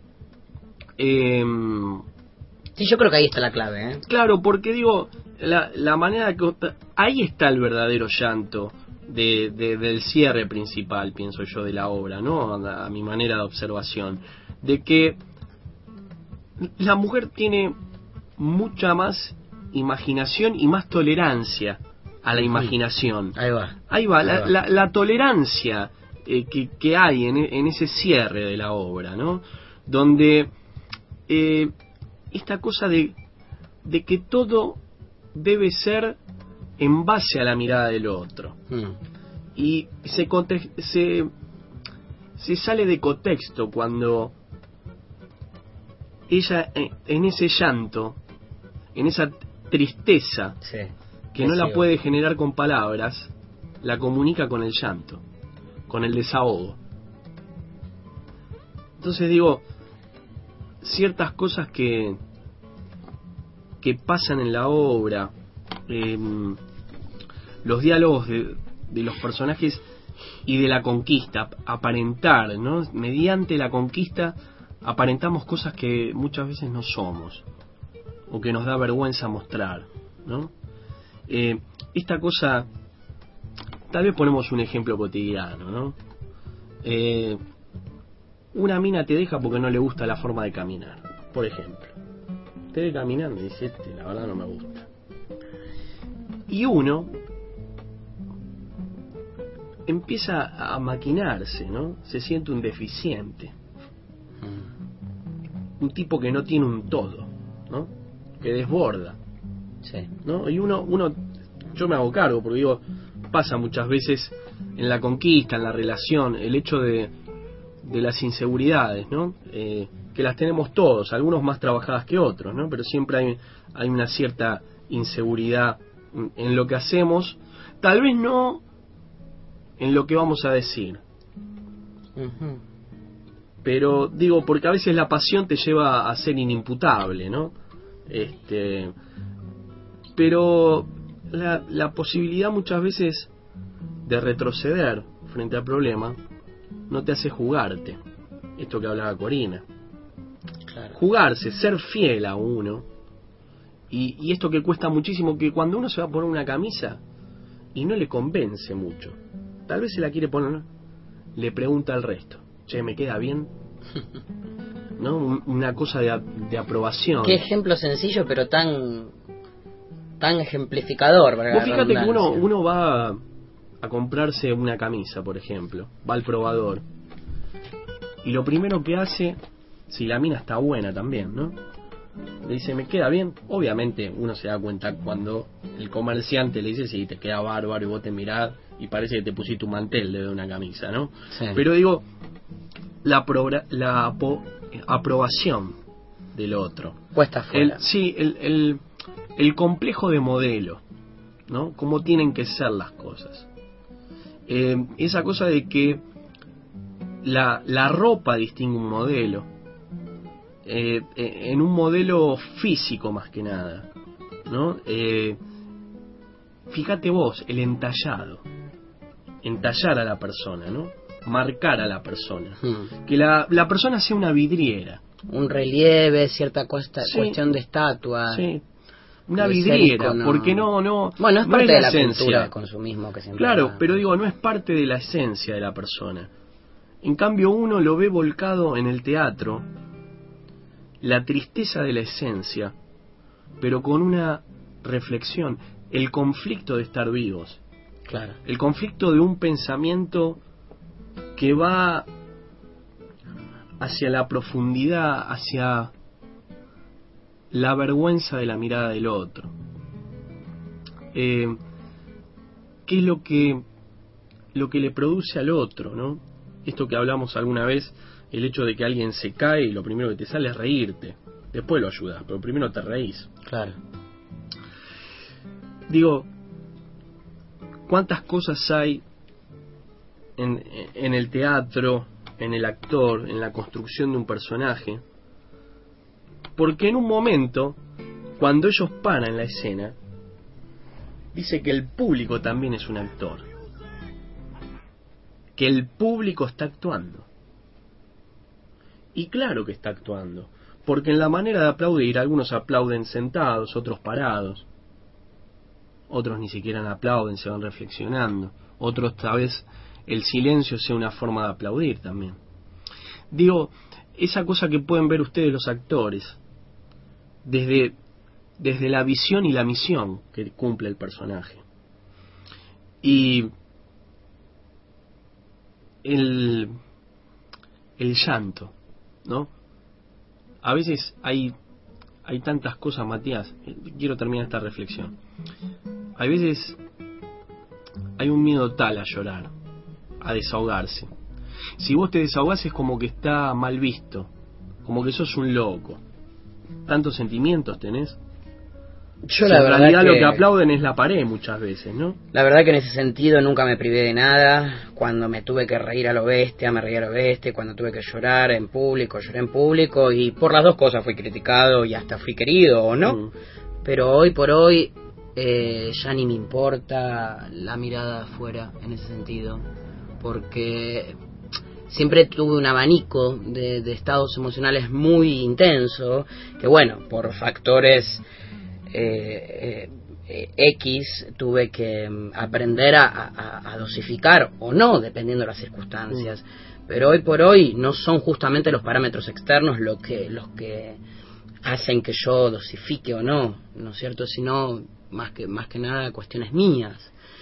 sí, yo creo que ahí está la clave. Claro, porque digo, la manera que ahí está el verdadero llanto del cierre principal, pienso yo, de la obra, ¿no? A mi manera de observación, de que la mujer tiene mucha más imaginación y más tolerancia a la imaginación. Ahí va. La tolerancia que hay en ese cierre de la obra, ¿no? Donde esta cosa de que todo debe ser en base a la mirada del otro. Y se sale de contexto cuando ella en ese llanto, en esa tristeza que no la puede generar con palabras, la comunica con el llanto, con el desahogo. Entonces digo, ciertas cosas que pasan en la obra, los diálogos de los personajes y de la conquista, aparentar, ¿no? Mediante la conquista aparentamos cosas que muchas veces no somos o que nos da vergüenza mostrar, ¿no? Esta cosa, tal vez ponemos un ejemplo cotidiano, ¿no? Una mina te deja porque no le gusta la forma de caminar, por ejemplo. Te ve caminando y dice, la verdad no me gusta. Y uno empieza a maquinarse, ¿no? Se siente un deficiente. Un tipo que no tiene un todo, ¿no? Que desborda, ¿no? Y uno yo me hago cargo, porque digo, pasa muchas veces en la conquista, en la relación, el hecho de las inseguridades, ¿no? Que las tenemos todos, algunos más trabajadas que otros, ¿no? Pero siempre hay una cierta inseguridad en lo que hacemos, tal vez no en lo que vamos a decir. Pero digo, porque a veces la pasión te lleva a ser inimputable, ¿no? Pero la posibilidad muchas veces de retroceder frente al problema no te hace jugarte. Esto que hablaba Corina. Claro. Jugarse, ser fiel a uno. Y esto que cuesta muchísimo, que cuando uno se va a poner una camisa y no le convence mucho, tal vez se la quiere poner, le pregunta al resto, che, ¿me queda bien? ¿No? Una cosa de aprobación. Qué ejemplo sencillo, pero tan ejemplificador. Vos fíjate que uno va a comprarse una camisa, por ejemplo, va al probador, y lo primero que hace, si la mina está buena también, ¿no? Le dice, ¿me queda bien? Obviamente uno se da cuenta cuando el comerciante le dice, sí, te queda bárbaro, y vos te mirás y parece que te pusiste un mantel de una camisa, ¿no? Sí. Pero digo, la aprobación del otro. Puesta afuera. El complejo de modelo, ¿no? Cómo tienen que ser las cosas. Esa cosa de que la ropa distingue un modelo en un modelo físico más que nada, ¿no? Fíjate vos, el entallado, entallar a la persona, ¿no? Marcar a la persona, que la persona sea una vidriera, un relieve, cierta sí, cuestión de estatua, sí, una vidriera, porque no bueno, es no parte es de la esencia. cultura de consumismo que siempre Claro, va. pero digo, no es parte de la esencia de la persona. En cambio, uno lo ve volcado en el teatro, la tristeza de la esencia, pero con una reflexión, el conflicto de estar vivos, claro, el conflicto de un pensamiento que va hacia la profundidad, hacia la vergüenza de la mirada del otro. ¿Qué es lo que le produce al otro, ¿no? Esto que hablamos alguna vez, el hecho de que alguien se cae y lo primero que te sale es reírte, después lo ayudas, pero primero te reís. claro. Digo, ¿cuántas cosas hay en el teatro, en el actor, en la construcción de un personaje? Porque en un momento, cuando ellos paran la escena, dice que el público también es un actor, que el público está actuando. Y claro que está actuando, porque en la manera de aplaudir, algunos aplauden sentados, otros parados, otros ni siquiera aplauden, se van reflexionando, otros tal vez el silencio sea una forma de aplaudir también. Digo, esa cosa que pueden ver ustedes los actores, desde la visión y la misión que cumple el personaje. Y el llanto, ¿no? A veces hay tantas cosas, Matías, quiero terminar esta reflexión. A veces hay un miedo tal a llorar, a desahogarse. Si vos te desahogás es como que está mal visto, como que sos un loco. ¿Tantos sentimientos tenés? Yo en realidad lo que aplauden es la pared muchas veces, ¿no? La verdad que en ese sentido nunca me privé de nada. Cuando me tuve que reír a lo bestia, me reí a lo bestia. Cuando tuve que llorar en público, lloré en público. Y por las dos cosas fui criticado y hasta fui querido, ¿o no? Pero hoy por hoy ya ni me importa la mirada afuera en ese sentido. Porque siempre tuve un abanico de estados emocionales muy intenso. Que bueno, por factores X tuve que aprender a dosificar o no, dependiendo de las circunstancias. Pero hoy por hoy no son justamente los parámetros externos los que hacen que yo dosifique o no, ¿no es cierto? Sino más que nada cuestiones mías.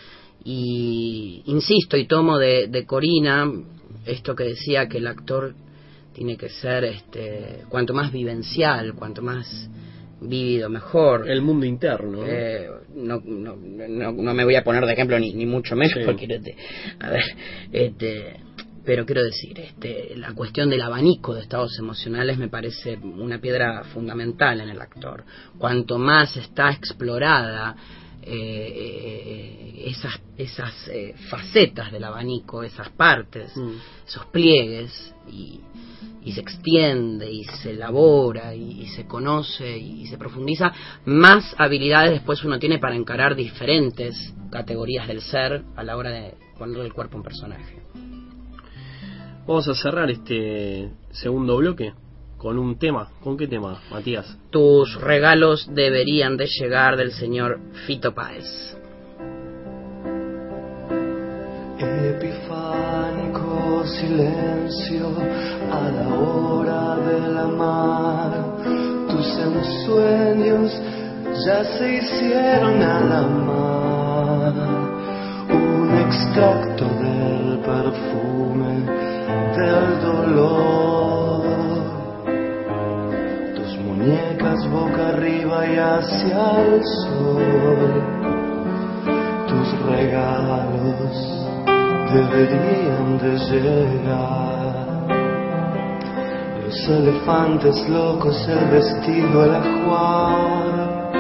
Y insisto y tomo de Corina esto que decía, que el actor tiene que ser cuanto más vivencial, cuanto más vívido, mejor. El mundo interno, ¿no? No me voy a poner de ejemplo ni mucho menos, sí. Porque a ver, pero quiero decir, la cuestión del abanico de estados emocionales me parece una piedra fundamental en el actor. Cuanto más está explorada esas facetas del abanico, esas partes, esos pliegues, y se extiende y se elabora y se conoce y se profundiza, más habilidades después uno tiene para encarar diferentes categorías del ser a la hora de ponerle el cuerpo a un personaje. Vamos a cerrar este segundo bloque con un tema. ¿Con qué tema, Matías? Tus regalos deberían de llegar, del señor Fito Páez. Epifánico silencio a la hora del amar. Tus ensueños ya se hicieron al amar. Un extracto del perfume del dolor. Tus muñecas boca arriba y hacia el sol. Tus regalos deberían de llegar. Los elefantes locos, el vestido, el ajuar,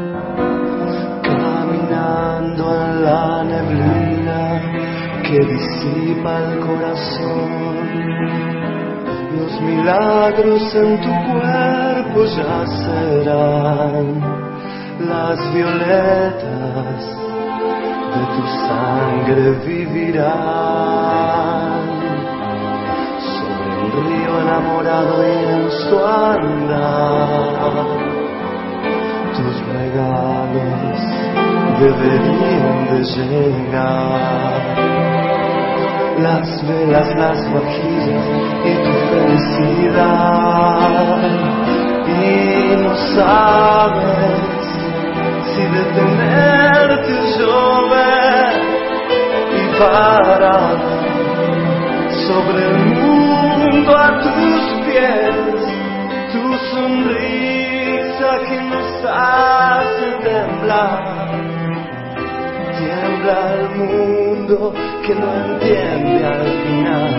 caminando en la neblina que disipa el corazón. los milagros en tu cuerpo yacerán, las violetas de tu sangre vivirán. Sobre el río enamorado y en su andar, tus regalos deberían de llegar. Las velas, las vajillas y tu felicidad. Y no sabes si detenerte llover y parar sobre el mundo a tus pies. Tu sonrisa que nos hace temblar. Tiembla el mundo que no entiende al final.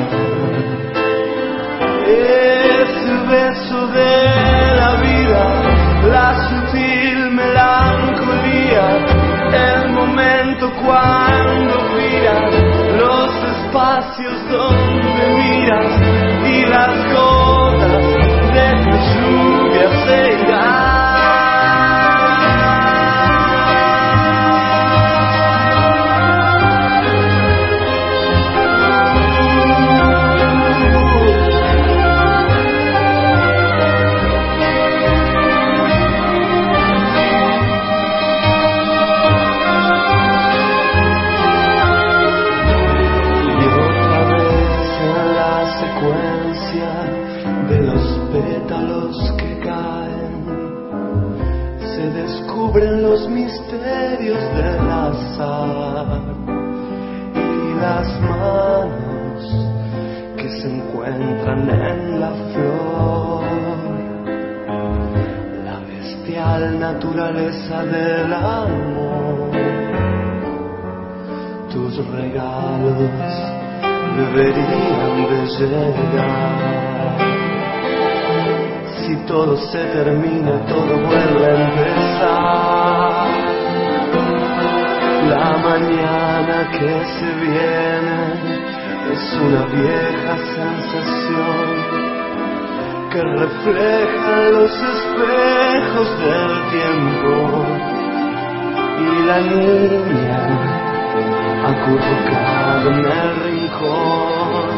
Ese beso de la vida, la sutil melancolía, el momento cuando giras, los espacios donde miras y las gotas de tu lluvia se irán. Descubren los misterios del azar y las manos que se encuentran en la flor, la bestial naturaleza del amor. Tus regalos deberían de llegar. Si todo se termina, todo vuelve a empezar. La mañana que se viene es una vieja sensación que refleja los espejos del tiempo. Y la niña acurrucada en el rincón,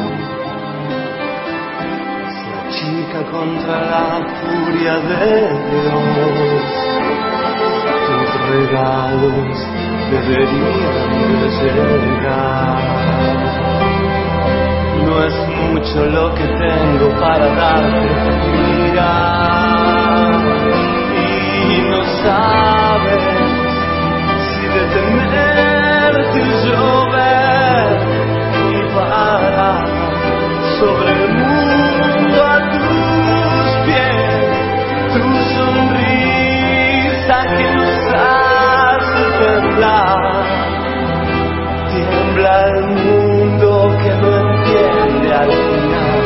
chica contra la furia de Dios. Tus regalos deberían de llegar. No es mucho lo que tengo para darte, mira. Y no sabes si detenerte y llover y parar sobre el mundo a tus pies. Tu sonrisa que nos hace temblar. Tiembla el mundo que no entiende al final.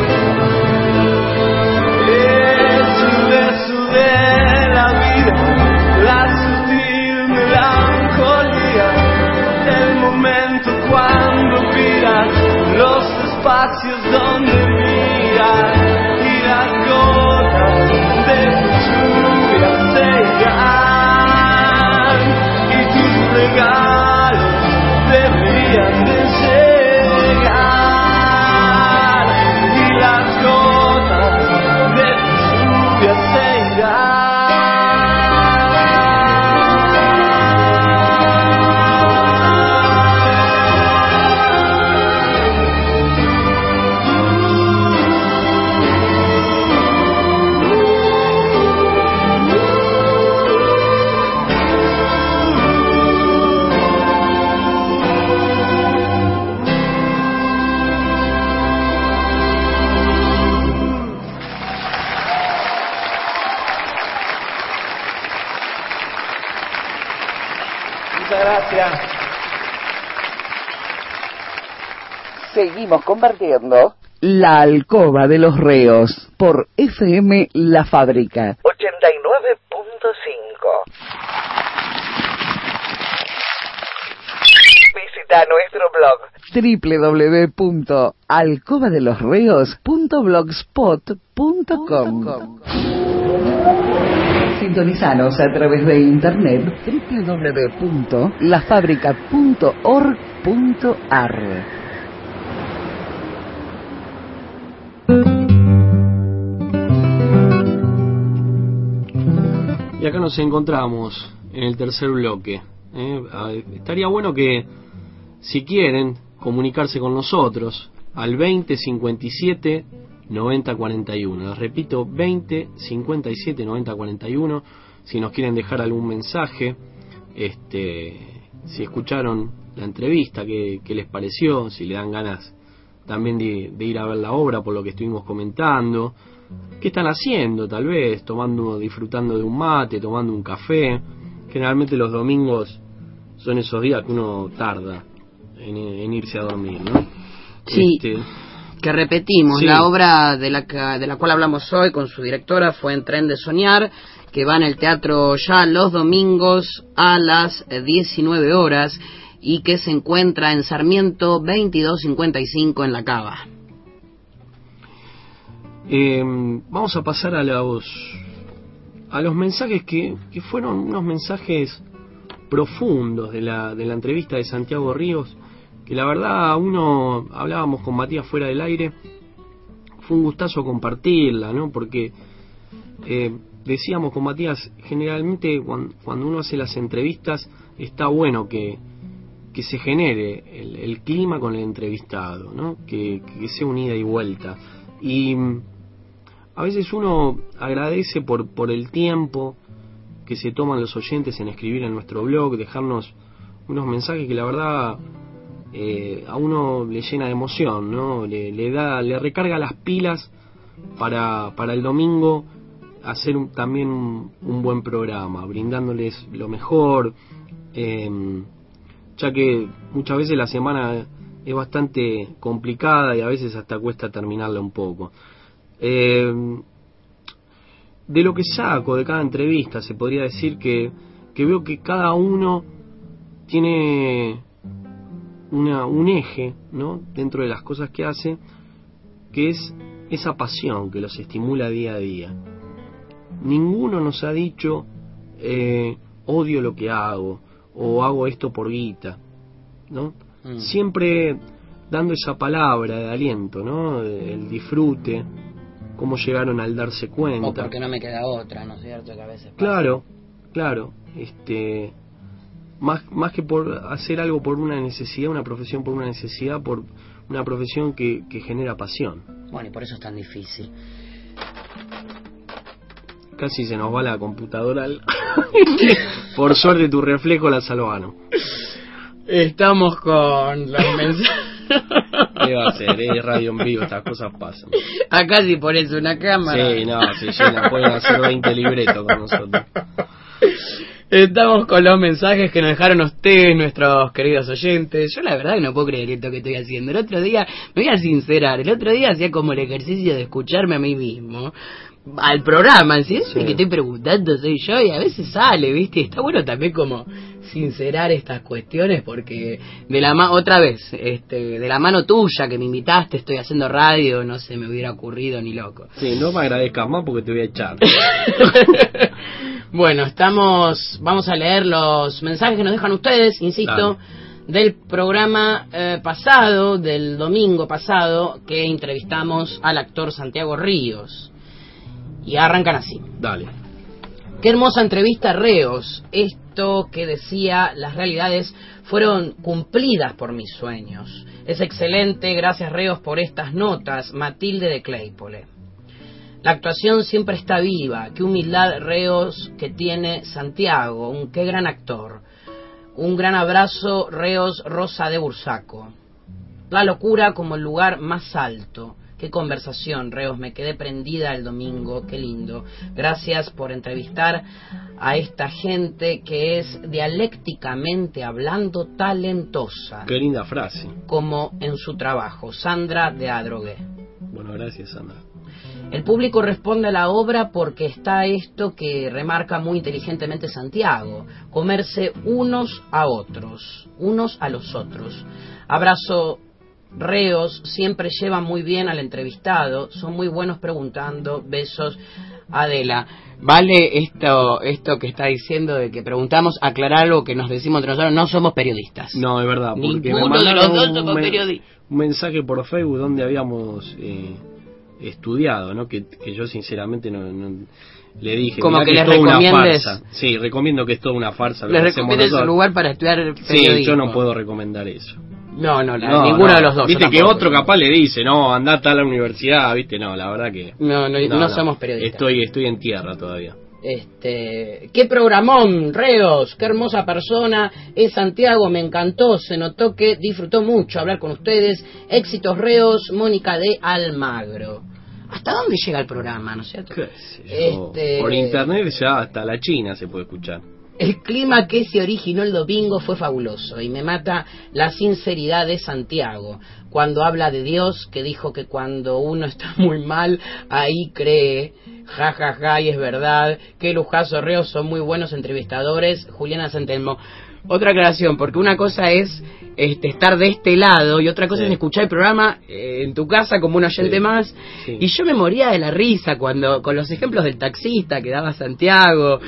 Es un beso de la vida, la sutil melancolía, el momento cuando miras, los espacios donde miras y las gotas de tu lluvia se irán. Y tus regalos deberían de llegar y las gotas de tu lluvia se irán. Gracias. Seguimos compartiendo La Alcoba de los Reos por FM La Fábrica 89.5. Visita nuestro blog www.alcobadelosreos.blogspot.com. Sintonizanos a través de internet www.lafabrica.org.ar. Y acá nos encontramos en el tercer bloque. Estaría bueno que, si quieren, comunicarse con nosotros al 20 57 90 41. Les repito, 20 57 90 41. Si nos quieren dejar algún mensaje, si escucharon la entrevista, qué les pareció, si le dan ganas también de ir a ver la obra por lo que estuvimos comentando, qué están haciendo, tal vez disfrutando de un mate, tomando un café. Generalmente los domingos son esos días que uno tarda en irse a dormir, ¿no? Sí, que repetimos, sí. La obra de la cual hablamos hoy con su directora fue En Tren de Soñar, que va en el teatro ya los domingos a las 19 horas y que se encuentra en Sarmiento 2255 en La Cava. Vamos a pasar a los mensajes que fueron unos mensajes profundos de la entrevista de Santiago Ríos, que la verdad hablábamos con Matías fuera del aire, fue un gustazo compartirla, ¿no? Porque decíamos con Matías, generalmente cuando uno hace las entrevistas está bueno que se genere el clima con el entrevistado, ¿no? Que sea un ida y vuelta. Y a veces uno agradece por el tiempo que se toman los oyentes en escribir en nuestro blog, dejarnos unos mensajes que la verdad a uno le llena de emoción, ¿no? Le recarga las pilas para el domingo hacer también un buen programa, brindándoles lo mejor, ya que muchas veces la semana es bastante complicada y a veces hasta cuesta terminarla un poco. De lo que saco de cada entrevista se podría decir que veo que cada uno tiene un eje, ¿no? Dentro de las cosas que hace, que es esa pasión que los estimula día a día. Ninguno nos ha dicho odio lo que hago o hago esto por guita, ¿no? Siempre dando esa palabra de aliento, ¿no? El disfrute, cómo llegaron al darse cuenta. O porque no me queda otra, ¿no es cierto? Que a veces pasa. Claro, más que por hacer algo por una necesidad, una profesión por una necesidad, por una profesión que genera pasión. Bueno, y por eso es tan difícil. Casi se nos va la computadora. Por suerte tu reflejo la salvaron. Estamos con los mensajes. ¿Qué va a ser? Es radio en vivo, estas cosas pasan. Acá si pones una cámara. Sí, no, se llena, pueden hacer 20 libretos con nosotros. Estamos con los mensajes que nos dejaron ustedes, nuestros queridos oyentes. Yo la verdad que no puedo creer esto que estoy haciendo. El otro día, me voy a sincerar, el otro día hacía como el ejercicio de escucharme a mí mismo al programa, ¿sí? Sí. Que estoy preguntando soy yo y a veces sale, ¿viste? Está bueno también como sincerar estas cuestiones porque de la mano tuya que me invitaste, estoy haciendo radio, no se me hubiera ocurrido ni loco. Sí, no me agradezcas más porque te voy a echar. Bueno, vamos a leer los mensajes que nos dejan ustedes, insisto. Dale. Del programa pasado, del domingo pasado, que entrevistamos al actor Santiago Ríos. Y arrancan así. Dale. Qué hermosa entrevista, Reos. Esto que decía, las realidades fueron cumplidas por mis sueños. Es excelente, gracias Reos por estas notas. Matilde de Claypole. La actuación siempre está viva. Qué humildad, Reos, que tiene Santiago. Qué gran actor. Un gran abrazo, Reos, Rosa de Bursaco. La locura como el lugar más alto. Qué conversación, Reos, me quedé prendida el domingo, qué lindo. Gracias por entrevistar a esta gente que es dialécticamente hablando talentosa. Qué linda frase. Como en su trabajo. Sandra de Adrogué. Bueno, gracias, Sandra. El público responde a la obra porque está esto que remarca muy inteligentemente Santiago: comerse unos a otros, unos a los otros. Abrazo, reos, siempre llevan muy bien al entrevistado, son muy buenos preguntando. Besos, Adela. Vale esto que está diciendo de que preguntamos, aclarar algo que nos decimos entre nosotros: no somos periodistas. No, es verdad, porque me ninguno de los dos mandaron somos periodistas. un mensaje por Facebook donde habíamos estudiado, ¿no? Que yo sinceramente no le dije como que les les recomiendes. Sí, recomiendo que es toda una farsa. Les recomiendes un lugar para estudiar periodismo. Sí, yo no puedo recomendar eso. No, ninguno de los dos. Viste que otro capaz le dice, no, andate a la universidad, viste, no, la verdad que... No somos periodistas. Estoy en tierra todavía. Qué programón, reos, qué hermosa persona es Santiago, me encantó, se notó que disfrutó mucho hablar con ustedes. Éxitos, reos. Mónica de Almagro. ¿Hasta dónde llega el programa, no es cierto? ¿Qué sé yo? Por internet ya hasta la China se puede escuchar. El clima que se originó el domingo fue fabuloso y me mata la sinceridad de Santiago cuando habla de Dios, que dijo que cuando uno está muy mal, ahí cree. Ja, ja, ja, y es verdad. Qué lujazo, reos, son muy buenos entrevistadores. Juliana Santelmo. Otra aclaración, porque una cosa es estar de este lado y otra cosa es escuchar el programa en tu casa como un oyente más. Sí. Y yo me moría de la risa cuando con los ejemplos del taxista que daba Santiago.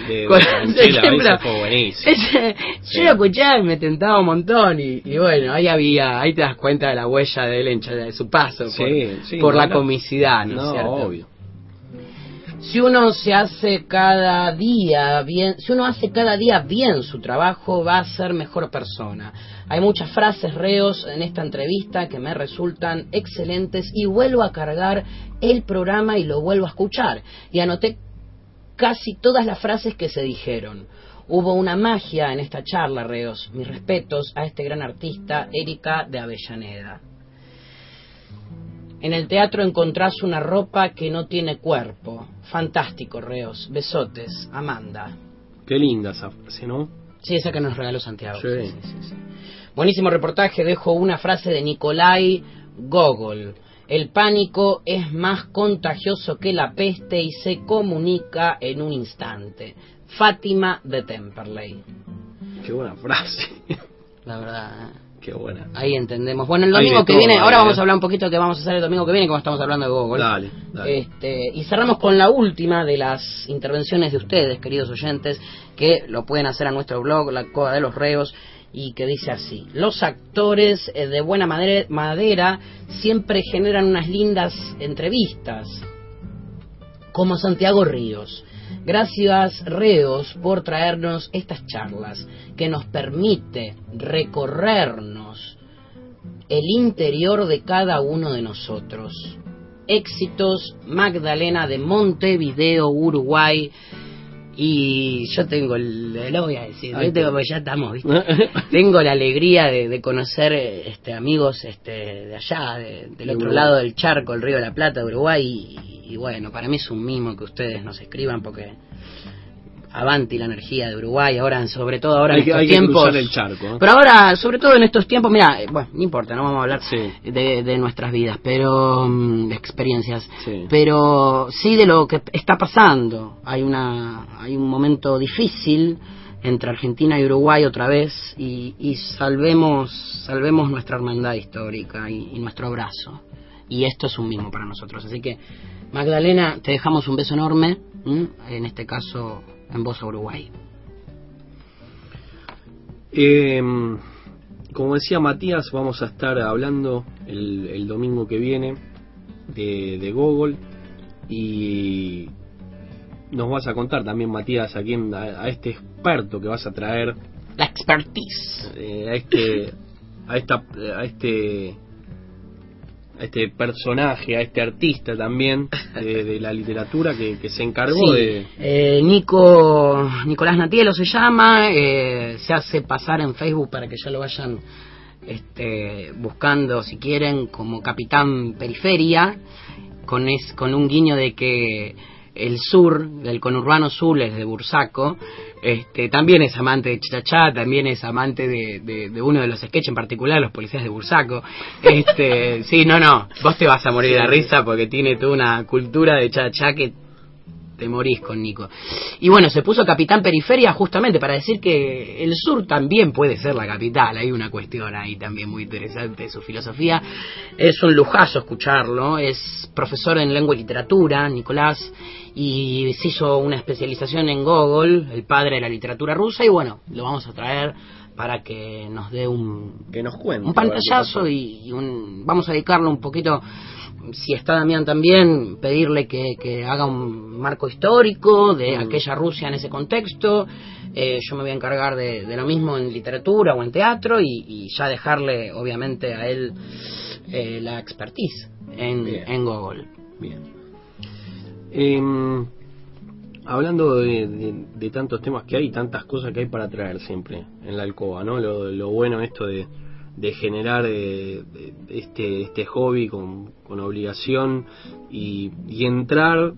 Fue buenísimo. Yo lo escuchaba y me tentaba un montón y bueno, ahí te das cuenta de la huella de él, de su paso por la comicidad, ¿no es cierto? Obvio. Si uno hace cada día bien su trabajo, va a ser mejor persona. Hay muchas frases, reos, en esta entrevista que me resultan excelentes y vuelvo a cargar el programa y lo vuelvo a escuchar. Y anoté casi todas las frases que se dijeron. Hubo una magia en esta charla, reos. Mis respetos a este gran artista, Erika de Avellaneda. En el teatro encontrás una ropa que no tiene cuerpo. Fantástico, reos. Besotes, Amanda. Qué linda esa frase, ¿no? Sí, esa que nos regaló Santiago. Sí. Buenísimo reportaje. Dejo una frase de Nikolai Gogol. El pánico es más contagioso que la peste y se comunica en un instante. Fátima de Temperley. Qué buena frase. La verdad, Qué buena. Ahí entendemos. Bueno, el domingo que viene, ahora vamos a hablar un poquito de qué vamos a hacer el domingo que viene, como estamos hablando de Gogol. Dale. Y cerramos con la última de las intervenciones de ustedes, queridos oyentes, que lo pueden hacer a nuestro blog, La Alcoba de los Reos, y que dice así: los actores de buena madera siempre generan unas lindas entrevistas, como Santiago Ríos. Gracias, reos, por traernos estas charlas que nos permite recorrernos el interior de cada uno de nosotros. Éxitos, Magdalena de Montevideo, Uruguay. Y yo tengo, lo voy a decir, porque ya estamos, ¿viste? Tengo la alegría de conocer amigos de allá, del otro lado del charco, el Río de la Plata, de Uruguay. Y bueno, para mí es un mimo que ustedes nos escriban, porque avanti la energía de Uruguay, ahora, sobre todo ahora en estos tiempos. Cruzar el charco, ¿eh? Pero ahora, sobre todo en estos tiempos, mira, bueno, no importa, no vamos a hablar de nuestras vidas, pero de experiencias, pero sí de lo que está pasando. Hay un momento difícil entre Argentina y Uruguay otra vez, y salvemos nuestra hermandad histórica y nuestro abrazo. Y esto es un mimo para nosotros. Así que, Magdalena, te dejamos un beso enorme, en este caso en Voz a Uruguay. Como decía Matías, vamos a estar hablando el domingo que viene de Gogol, y nos vas a contar también, Matías, a este experto que vas a traer, la expertise, a este personaje, a este artista también de la literatura que se encargó de... Nicolás Natielo se llama, se hace pasar en Facebook para que ya lo vayan buscando si quieren, como Capitán Periferia, con un guiño de que el sur, del conurbano sur, es de Bursaco, También es amante de Cha-Cha-Cha, también es amante de uno de los sketches, en particular Los Policías de Bursaco. Sí, no, vos te vas a morir de risa porque tiene toda una cultura de Cha-Cha que te morís con Nico. Y bueno, se puso Capitán Periferia justamente para decir que el sur también puede ser la capital. Hay una cuestión ahí también muy interesante de su filosofía. Es un lujazo escucharlo. Es profesor en lengua y literatura, Nicolás, y se hizo una especialización en Gogol, el padre de la literatura rusa, y bueno, lo vamos a traer para que nos dé que nos cuente un pantallazo vamos a dedicarlo un poquito. Si está Damián también, pedirle que haga un marco histórico de aquella Rusia en ese contexto. Yo me voy a encargar de lo mismo en literatura o en teatro y ya dejarle obviamente a él la expertise en Gogol. Bien. Hablando de tantos temas que hay, tantas cosas que hay para traer siempre en la alcoba, ¿no? Lo bueno esto de generar este hobby con obligación y entrar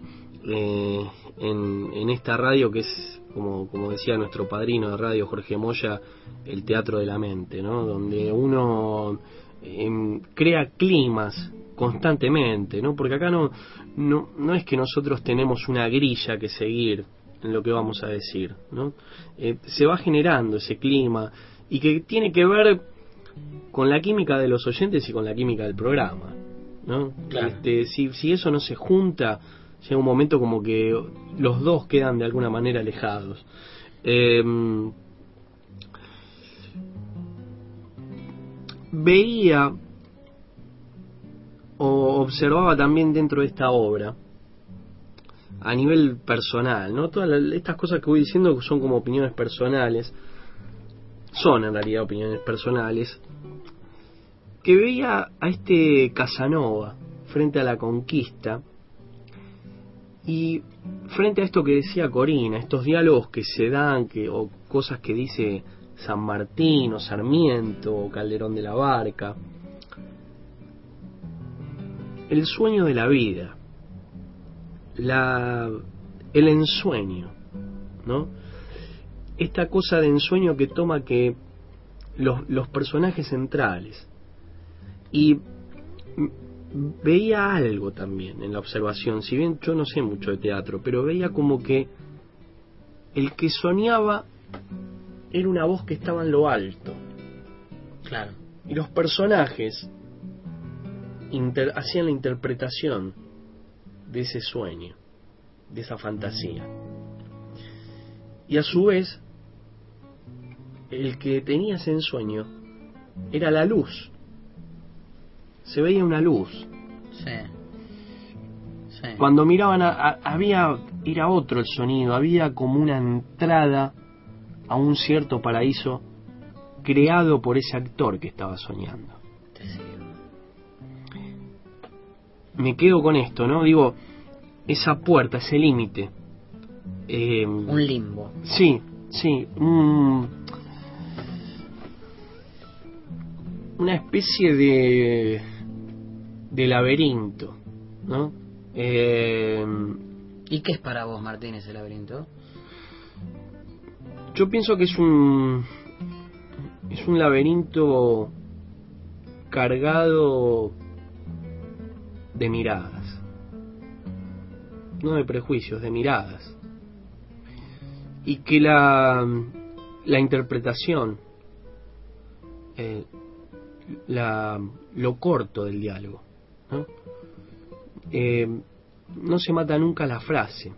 en esta radio que es, como decía nuestro padrino de radio, Jorge Moya, el teatro de la mente, ¿no? Donde uno crea climas constantemente, ¿no? Porque acá no es que nosotros tenemos una grilla que seguir en lo que vamos a decir, ¿no? Se va generando ese clima y que tiene que ver con la química de los oyentes y con la química del programa, ¿no? Claro. Si eso no se junta, llega un momento como que los dos quedan de alguna manera alejados. Veía o observaba también dentro de esta obra, a nivel personal, ¿no? Todas estas cosas que voy diciendo son como opiniones personales, son en realidad opiniones personales, que veía a este Casanova frente a la conquista y frente a esto que decía Corina, estos diálogos que se dan, o cosas que dice San Martín o Sarmiento o Calderón de la Barca, el sueño de la vida, el ensueño, ¿no? Esta cosa de ensueño que toma que los personajes centrales, y veía algo también en la observación, si bien yo no sé mucho de teatro, pero veía como que el que soñaba era una voz que estaba en lo alto. Claro. Y los personajes hacían la interpretación de ese sueño, de esa fantasía. Y a su vez, el que tenía ese ensueño era la luz. Se veía una luz. Sí. Cuando miraban, era otro el sonido, había como una entrada a un cierto paraíso creado por ese actor que estaba soñando. Me quedo con esto, ¿no? Digo, esa puerta, ese límite. Un limbo. Sí. Una especie de laberinto, ¿no? ¿Y qué es para vos, Martín, ese laberinto? Yo pienso que es un laberinto cargado de miradas, no de prejuicios, de miradas, y que la interpretación, lo corto del diálogo, ¿no? No se mata nunca la frase,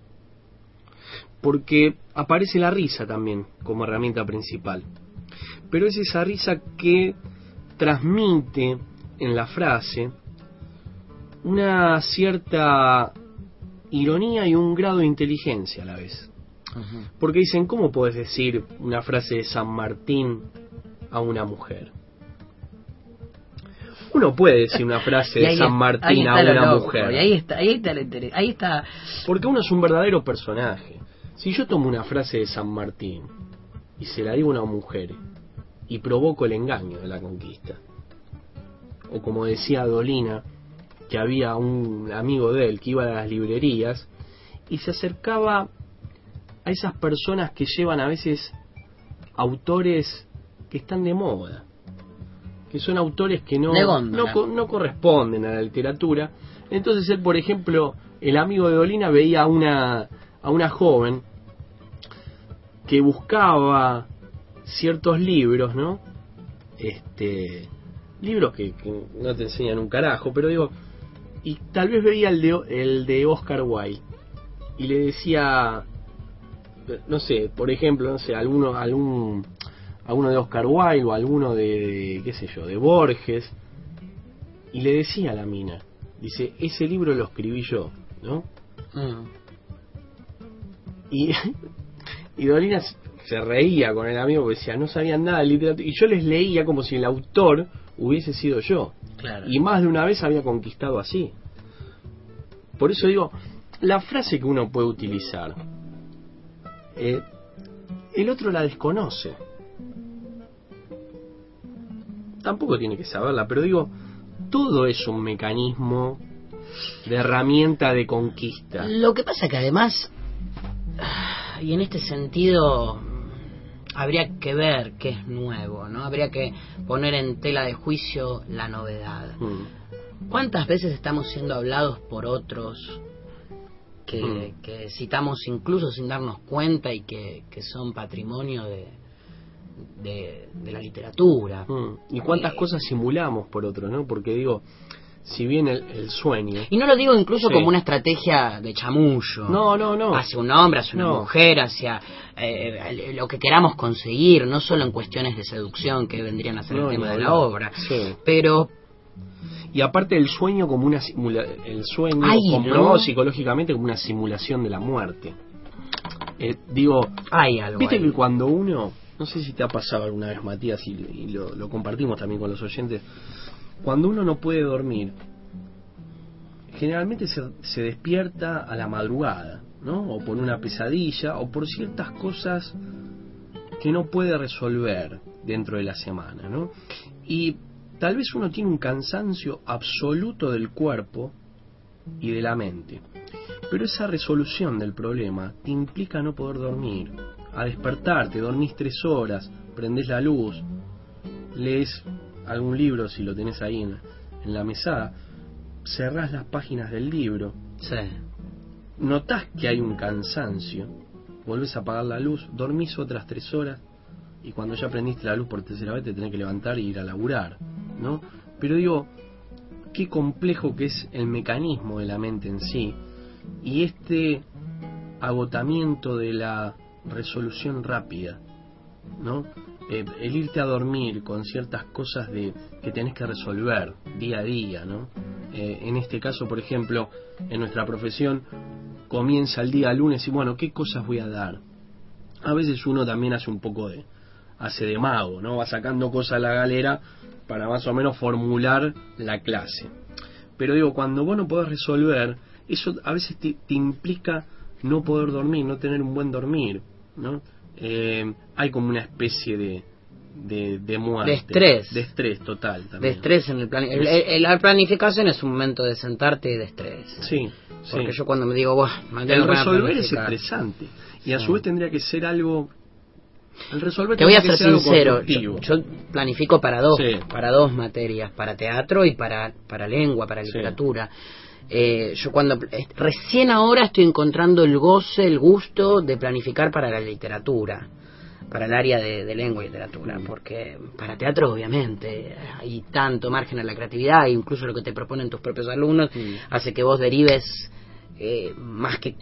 porque aparece la risa también como herramienta principal, pero es esa risa que transmite en la frase una cierta ironía y un grado de inteligencia a la vez. Uh-huh. Porque dicen, ¿cómo puedes decir una frase de San Martín a una mujer? Uno puede decir una frase de San Martín a una mujer. Y ahí está. Porque uno es un verdadero personaje. Si yo tomo una frase de San Martín y se la digo a una mujer y provoco el engaño de la conquista, o como decía Dolina, que había un amigo de él que iba a las librerías y se acercaba a esas personas que llevan a veces autores que están de moda, que son autores que no corresponden a la literatura. Entonces él, por ejemplo, el amigo de Dolina veía a una joven que buscaba ciertos libros, ¿no? Libros que no te enseñan un carajo, pero digo, y tal vez veía el de Oscar Wilde y le decía, no sé, por ejemplo, no sé, alguno de Oscar Wilde o alguno de qué sé yo, de Borges, y le decía a la mina, dice, ese libro lo escribí yo, ¿no? Y Dolina se reía con el amigo porque decía, no sabían nada de literatura, y yo les leía como si el autor hubiese sido yo. Claro. Y más de una vez había conquistado así. Por eso digo, la frase que uno puede utilizar, el otro la desconoce. Tampoco tiene que saberla, pero digo, todo es un mecanismo de herramienta de conquista. Lo que pasa que además, y en este sentido, habría que ver qué es nuevo, ¿no? Habría que poner en tela de juicio la novedad. ¿Cuántas veces estamos siendo hablados por otros que citamos incluso sin darnos cuenta y que son patrimonio de la literatura? Y cuántas cosas simulamos por otros, ¿no? Porque digo, si bien el sueño... Y no lo digo incluso como una estrategia de chamullo. No. Hacia un hombre, hacia una mujer, hacia lo que queramos conseguir, no solo en cuestiones de seducción que vendrían a ser el tema de la obra. Sí. Pero... Y aparte el sueño como una el sueño comprobado psicológicamente como una simulación de la muerte. Digo, hay algo viste ahí. Que cuando uno, no sé si te ha pasado alguna vez, Matías, y lo compartimos también con los oyentes, cuando uno no puede dormir, generalmente se despierta a la madrugada, ¿no? O por una pesadilla, o por ciertas cosas que no puede resolver dentro de la semana, ¿no? Y tal vez uno tiene un cansancio absoluto del cuerpo y de la mente, pero esa resolución del problema te implica no poder dormir. A despertarte, dormís 3 horas, prendés la luz, lees algún libro si lo tenés ahí en la mesada, cerrás las páginas del libro, notás que hay un cansancio, volvés a apagar la luz, dormís otras 3 horas, y cuando ya prendiste la luz por tercera vez te tenés que levantar e ir a laburar, ¿no? Pero digo, qué complejo que es el mecanismo de la mente en sí, y este agotamiento de la resolución rápida, ¿no? El irte a dormir con ciertas cosas que tenés que resolver día a día, ¿no? En este caso, por ejemplo, en nuestra profesión comienza el día lunes y bueno, ¿qué cosas voy a dar? A veces uno también hace un poco hace de mago, ¿no? Va sacando cosas a la galera para más o menos formular la clase. Pero digo, cuando vos no podés resolver, eso a veces te implica no poder dormir, no tener un buen dormir, ¿no? Hay como una especie de muerte. De estrés total también. De estrés en el plan. La planificación es un momento de sentarte y de estrés. Sí. Porque yo cuando me digo, el resolver es estresante. Y a su vez tendría que ser algo... El resolver te voy a ser sincero, yo planifico para dos materias, para teatro y para lengua, para literatura. Yo cuando recién ahora estoy encontrando el gusto de planificar para la literatura, para el área de lengua y literatura, porque para teatro obviamente hay tanto margen a la creatividad, e incluso lo que te proponen tus propios alumnos hace que vos derives más que...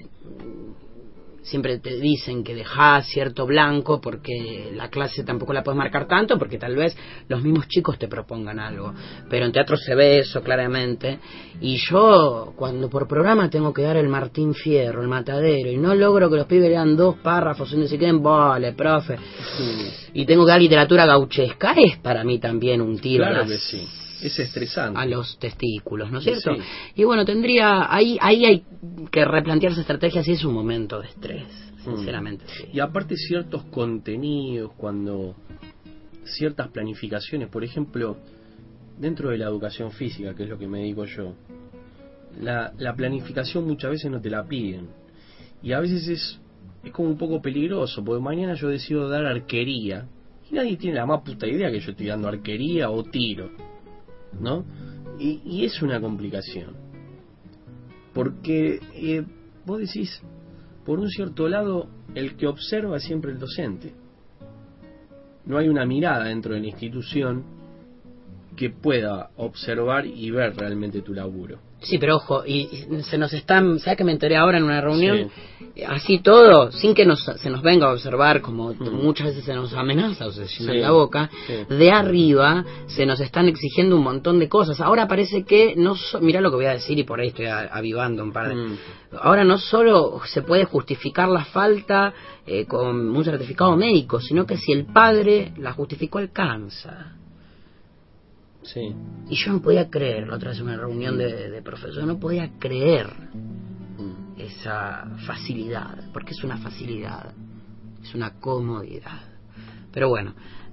Siempre te dicen que dejás cierto blanco porque la clase tampoco la puedes marcar tanto, porque tal vez los mismos chicos te propongan algo, pero en teatro se ve eso claramente. Y yo cuando por programa tengo que dar el Martín Fierro, el Matadero, y no logro que los pibes lean 2 párrafos y no se queden, vale, profe, y tengo que dar literatura gauchesca, es para mí también un tiro. Claro que sí. Es estresante. A los testículos, ¿no es cierto? Sí. Y bueno, ahí hay que replantearse estrategias y es un momento de estrés, sinceramente. Sí. Y aparte ciertos contenidos, cuando ciertas planificaciones, por ejemplo, dentro de la educación física, que es lo que me dedico yo, la planificación muchas veces no te la piden. Y a veces es es como un poco peligroso, porque mañana yo decido dar arquería y nadie tiene la más puta idea que yo estoy dando arquería o tiro, ¿no? Y es una complicación, porque vos decís, por un cierto lado, el que observa es siempre el docente. No hay una mirada dentro de la institución que pueda observar y ver realmente tu laburo. Sí, pero ojo, y se nos están, ¿sabes que me enteré ahora en una reunión? Sí. Así todo, sin que se nos venga a observar, como muchas veces se nos amenaza o se llena la boca, de arriba se nos están exigiendo un montón de cosas. Ahora parece que, mirá lo que voy a decir y por ahí estoy avivando un par de... Ahora no solo se puede justificar la falta con un certificado médico, sino que si el padre la justificó, alcanza. Sí. Y yo no podía creer, la otra vez en una reunión de profesores, no podía creer esa facilidad, porque es una facilidad, es una comodidad. Pero bueno,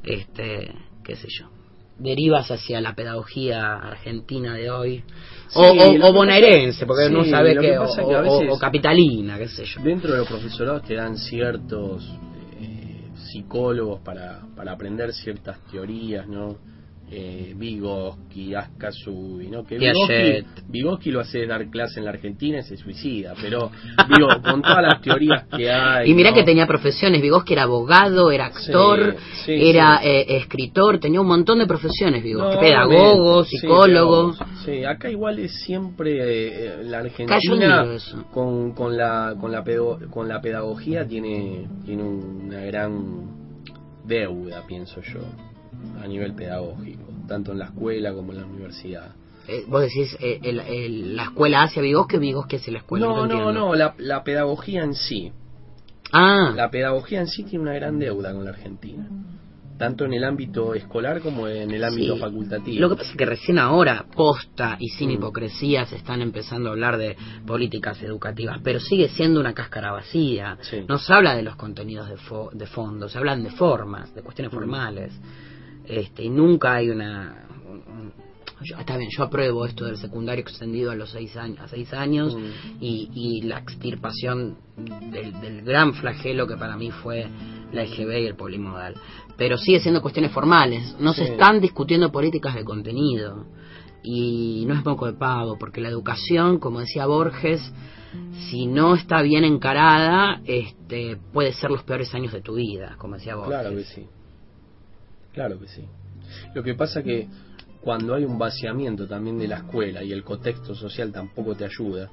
qué sé yo, derivas hacia la pedagogía argentina de hoy, sí, o bonaerense, porque no sabe qué, o capitalina, qué sé yo. Dentro de los profesorados te dan ciertos psicólogos para aprender ciertas teorías, ¿no? Vygotsky, Ascasubi, ¿no? Que Vygotsky lo hace dar clase en la Argentina y se suicida, pero digo, con todas las teorías que hay. Y mirá, ¿no? Que tenía profesiones. Vygotsky era abogado, era actor, era escritor, tenía un montón de profesiones. Vygotsky, pedagogo, psicólogo. Sí, acá igual es siempre la Argentina con la pedagogía tiene una gran deuda, pienso yo, a nivel pedagógico, tanto en la escuela como en la universidad. Vos decís, la escuela hace a Vygotsky, Vygotsky hace la escuela. No, la pedagogía en sí. La pedagogía en sí tiene una gran deuda con la Argentina, tanto en el ámbito escolar como en el ámbito facultativo. Lo que pasa es que recién ahora, posta y sin hipocresía, se están empezando a hablar de políticas educativas, pero sigue siendo una cáscara vacía. No se habla de los contenidos de fondo, se hablan de formas, de cuestiones formales. Y nunca hay está bien, yo apruebo esto del secundario extendido a los 6 años y la extirpación del gran flagelo que para mí fue la LGB y el polimodal, pero sigue siendo cuestiones formales, no se están discutiendo políticas de contenido, y no es poco de pavo, porque la educación, como decía Borges, si no está bien encarada, puede ser los peores años de tu vida, como decía Borges. Claro que sí. Lo que pasa que cuando hay un vaciamiento también de la escuela y el contexto social tampoco te ayuda,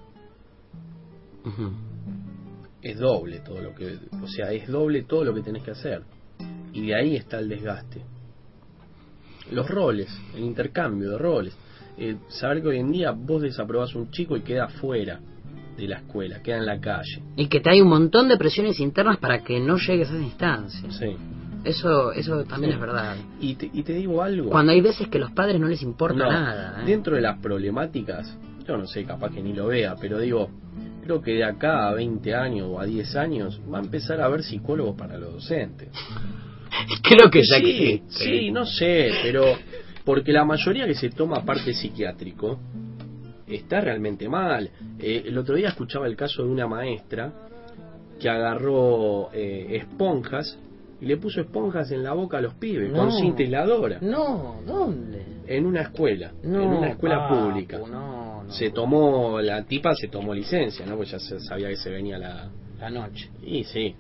es doble todo lo que, es doble todo lo que tenés que hacer, y de ahí está el desgaste. Los roles, el intercambio de roles, saber que hoy en día vos desaprobás un chico y queda fuera de la escuela, queda en la calle, y que te hay un montón de presiones internas para que no llegues a esa instancia. Eso también es verdad. Y te digo algo. Cuando hay veces que a los padres no les importa nada. Dentro de las problemáticas, yo no sé, capaz que ni lo vea, pero digo, creo que de acá a 20 años o a 10 años va a empezar a haber psicólogos para los docentes. Creo que ya sí, no sé, pero porque la mayoría que se toma parte psiquiátrico está realmente mal. El otro día escuchaba el caso de una maestra que agarró esponjas y le puso esponjas en la boca a los pibes con cinta aisladora. ¿Dónde? En una escuela, en una escuela pública. Se tomó, la tipa se tomó licencia, ¿no? Pues ya se sabía que se venía la noche. Y sí.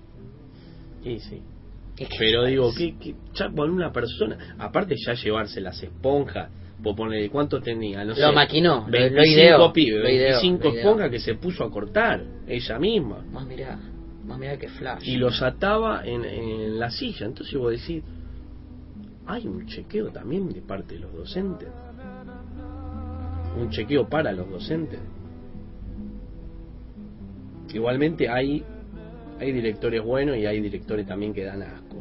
Pero digo, que ya con una persona, aparte ya llevarse las esponjas, por ponerle cuánto tenía, no sé. Lo maquinó, 25 pibes, 25 esponjas que se puso a cortar ella misma. Más mirá que flash. Y los ataba en la silla. Entonces vos decís, hay un chequeo también de parte de los docentes, un chequeo para los docentes. Igualmente hay directores buenos y hay directores también que dan asco.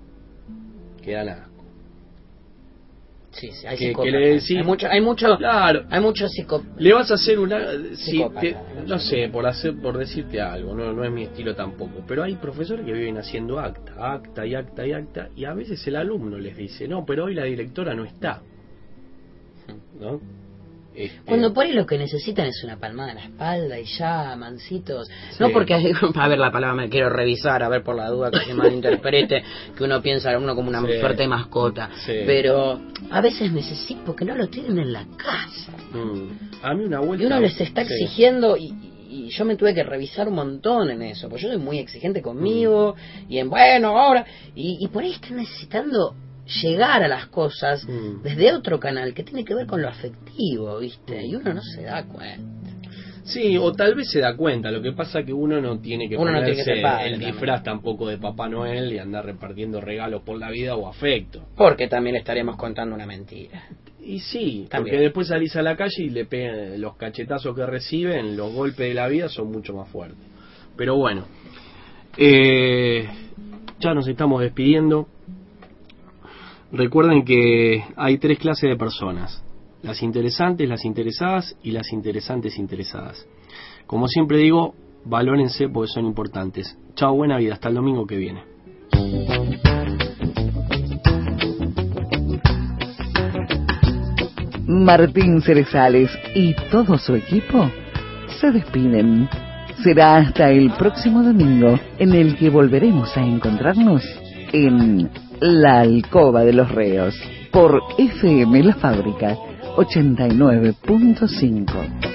Sí, hay psicópatas. Que le decís, hay mucho claro, hay mucho psicópata. Le vas a hacer no sé, por decirte algo, no es mi estilo tampoco, pero hay profesores que viven haciendo acta, y a veces el alumno les dice, no, pero hoy la directora no está, ¿no? Cuando por ahí lo que necesitan es una palmada en la espalda y ya, mansitos. Sí. No porque, a ver, la palabra me quiero revisar, a ver por la duda que se malinterprete, que uno piensa a uno como una suerte de mascota. Sí. Pero a veces necesito, porque no lo tienen en la casa. A mí una vuelta... Y uno les está exigiendo y yo me tuve que revisar un montón en eso, porque yo soy muy exigente conmigo y en bueno, ahora... Y por ahí están necesitando llegar a las cosas desde otro canal que tiene que ver con lo afectivo, ¿viste? Y uno no se da cuenta. Sí, o tal vez se da cuenta, lo que pasa que uno no tiene que ponerse ser padre, el disfraz tampoco de Papá Noel y andar repartiendo regalos por la vida o afecto. Porque también estaríamos contando una mentira. Y sí, También. porque después salís a la calle y le pegan los cachetazos que reciben, los golpes de la vida son mucho más fuertes. Pero bueno, ya nos estamos despidiendo. Recuerden que hay 3 clases de personas: las interesantes, las interesadas y las interesantes interesadas. Como siempre digo, valórense porque son importantes. Chao, buena vida, hasta el domingo que viene. Martín Cerezales y todo su equipo se despiden. Será hasta el próximo domingo, en el que volveremos a encontrarnos en La Alcoba de los Reos, por FM La Fábrica 89.5.